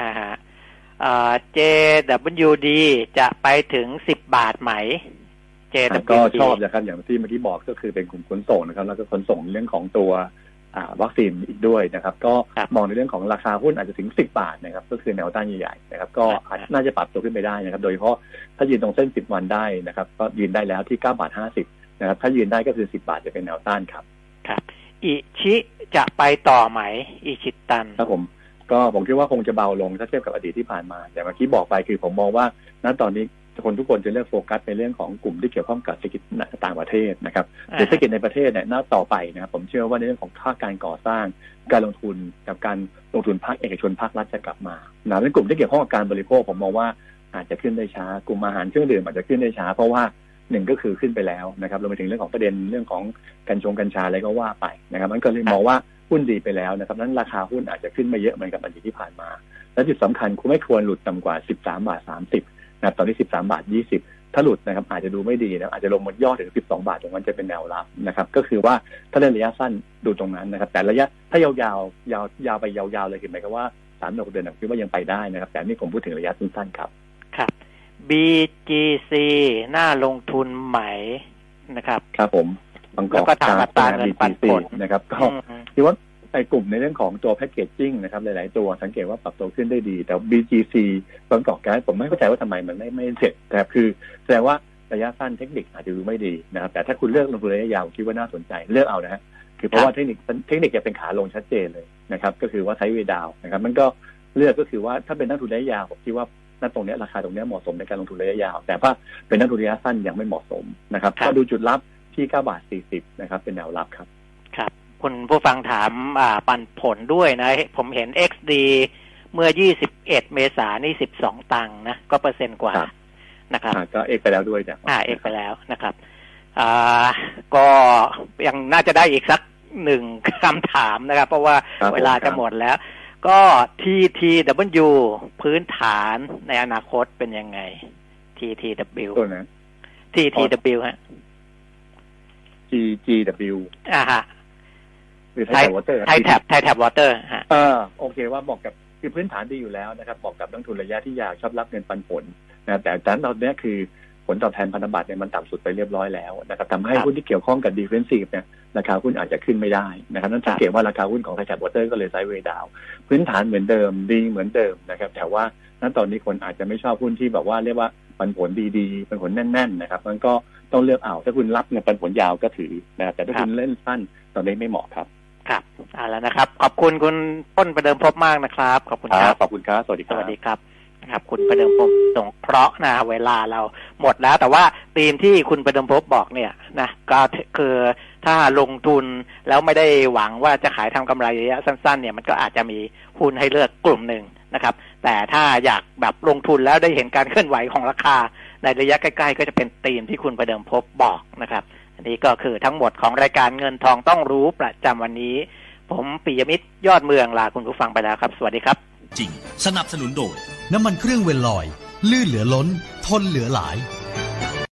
Speaker 3: JWD จะไปถึง10 บาทไหม JWD
Speaker 8: ก็ชอบนะครับอย่างที่เมื่อกี้บอกก็คือเป็นกลุ่มขนส่งนะครับแล้วก็ขนส่งเรื่องของตัววัคซีนอีกด้วยนะครับก็มองในเรื่องของราคาหุ้นอาจจะถึง10 บาทนะครับก็คือแนวต้านใหญ่ๆนะครับก็น่าจะปรับตัวขึ้นไปได้นะครับโดยเฉพาะถ้ายืนตรงเส้น10 วันได้นะครับก็ยืนได้แล้วที่9.50 บาทนะครับถ้ายืนได้ก็คือ10 บาทจะเป็นแนวต้านครับ
Speaker 3: ครับอิชิจะไปต่อไหมอิชิตัน
Speaker 8: ครับผมคิดว่าคงจะเบาลงถ้าเทียบกับอดีตที่ผ่านมาแต่เมื่อกี้บอกไปคือผมมองว่าณตอนนี้คนทุกคนจะเลือกโฟกัสในเรื่องของกลุ่มที่เกี่ยวข้องกับเศรษฐกิจต่างประเทศนะครับเศรษฐกิจในประเทศเนี่ยน่าต่อไปนะครับผมเชื่อว่าในเรื่องของภาคการก่อสร้างการลงทุนกับการลงทุนภาคเอกชนภาครัฐจะกลับมาในกลุ่มที่เกี่ยวข้องกับการบริโภคผมมองว่าอาจจะขึ้นได้ช้ากลุ่มอาหารเครื่องดื่มอาจจะขึ้นได้ช้าเพราะว่าหนึ่งก็คือขึ้นไปแล้วนะครับรวมไปถึงเรื่องของประเด็นเรื่องของกัญชาอะไรก็ว่าไปนะครับมันก็เลยมองว่าหุ้นดีไปแล้วนะครับนั้นราคาหุ้นอาจจะขึ้นไม่เยอะเหมือนกับอดีตที่ผ่านมาและจุดสำคัญคุณไม่ควรหลุดต่ำกว่า13.30 บาทนะครับตอนนี้13.20 บาทถ้าหลุดนะครับอาจจะดูไม่ดีนะอาจจะลงมาย่อถึง12 บาทตรงนั้นจะเป็นแนวรับนะครับก็คือว่าถ้าเล่นระยะสั้นดูตรงนั้นนะครับแต่ระยะถ้ายาวไปยาวเลยคือหมายความว่า3-6 เดือนคิดว่ายังไปได้นะครับแต่นี่ผมพูดถึงระยะสั้นๆครับ
Speaker 3: ครับ BGC น่าลงทุนไหมนะครับ
Speaker 8: ครับผม
Speaker 3: แล้วก็ถามอัตราเงินปันผล
Speaker 8: นะครับก็คิดว่าไอ้กลุ่มในเรื่องของตัวแพคเกจจิ้งนะครับหลายๆตัวสังเกตว่าปรับตัวขึ้นได้ดีแต่ BGC บางกอกแก๊สผมไม่เข้าใจว่าทำไมมันไม่เสร็จแต่คือแสดงว่าระยะสั้นเทคนิคอาจจะดูไม่ดีนะครับแต่ถ้าคุณเลือกลงทุนระยะยาวคิดว่าน่าสนใจเลือกเอานะฮะคือเพราะว่าเทคนิคจะเป็นขาลงชัดเจนเลยนะครับก็คือว่าไซด์เวย์ดาวนะครับมันก็เลือกก็คือว่าถ้าเป็นนักทุนระยะยาวผมคิดว่าณตรงนี้ราคาตรงนี้เหมาะสมในการลงทุนระยะยาวแต่ถ้าเป็นนักทุนระยะสั้นยังไม่เหมาะสมนะครับก็ดูจุดรับที่9.40 บาทนะครับเป็นแนวรับครับ
Speaker 3: ครับคุณผู้ฟังถามปันผลด้วยนะผมเห็น XD เมื่อ21 เมษายนนี่12 ตังค์นะก็%กว่านะครับ
Speaker 8: ก็เอกไปแล้วด้วยเนี่ย
Speaker 3: เอกไปแล้วนะครับก็ยังน่าจะได้อีกสัก1คำถามนะครับเพราะว่าเวลาจะหมดแล้วก็ TTW พื้นฐานในอนาคตเป็นยังไง TTW
Speaker 8: ตัวนั้น
Speaker 3: TTW ฮะ
Speaker 8: GGW
Speaker 3: ฮะไทยแท็บวอเตอร์ฮะ
Speaker 8: โอเคว่าบอกกับคือพื้นฐานดีอยู่แล้วนะครับบอกกับนักทุนระยะที่ยาวชอบรับเงินปันผลนะแต่ตอนนี้คือผลตอบแทนพันธบัตรเนี่ยมันต่ำสุดไปเรียบร้อยแล้วนะครับทำให้หุ้นที่เกี่ยวข้องกับดิเฟนซีฟเนี่ยราคาหุ้นอาจจะขึ้นไม่ได้นะครับนั่นสังเกตว่าราคาหุ้นของไทยแท็บวอเตอร์ก็เลยไซด์เวย์ดาวพื้นฐานเหมือนเดิมดีเหมือนเดิมนะครับแต่ว่าณตอนนี้คนอาจจะไม่ชอบหุ้นที่แบบว่าเรียกว่าปันผลดีๆปันผลแน่นๆนะครับมันก็ต้องเลือกเอาถ้าคุณรับเงินปันผลยาวก็ถือนะครับแต่ถ้าคุณเล่นสั้นตอนนี้ไม่เหมาะครับ
Speaker 3: ครับแล้วนะครับขอบคุณคุณต้นประเดิมพบมากนะครับขอบคุณครับ
Speaker 8: ขอบคุณครับสวัสดีครับ
Speaker 3: สวัสดีครับครับคุณประเดิมพบสงเคราะห์นะเวลาเราหมดแล้วแต่ว่าธีมที่คุณประเดิมพบบอกเนี่ยนะก็คือถ้าลงทุนแล้วไม่ได้หวังว่าจะขายทำกำไรระยะสั้นๆเนี่ยมันก็อาจจะมีหุ้นให้เลือกกลุ่มหนึ่งนะครับแต่ถ้าอยากแบบลงทุนแล้วได้เห็นการเคลื่อนไหวของราคาในระยะใกล้ๆก็จะเป็นธีมที่คุณประเดิมพบบอกนะครับอันนี้ก็คือทั้งหมดของรายการเงินทองต้องรู้ประจำวันนี้ผมปิยมิตรยอดเมืองลาคุณผู้ฟังไปแล้วครับสวัสดีครับ
Speaker 7: จริงสนับสนุนโดย
Speaker 6: น้ำมันเครื่องเวลลอยลื่นเหลือล้นทนเหลือหลาย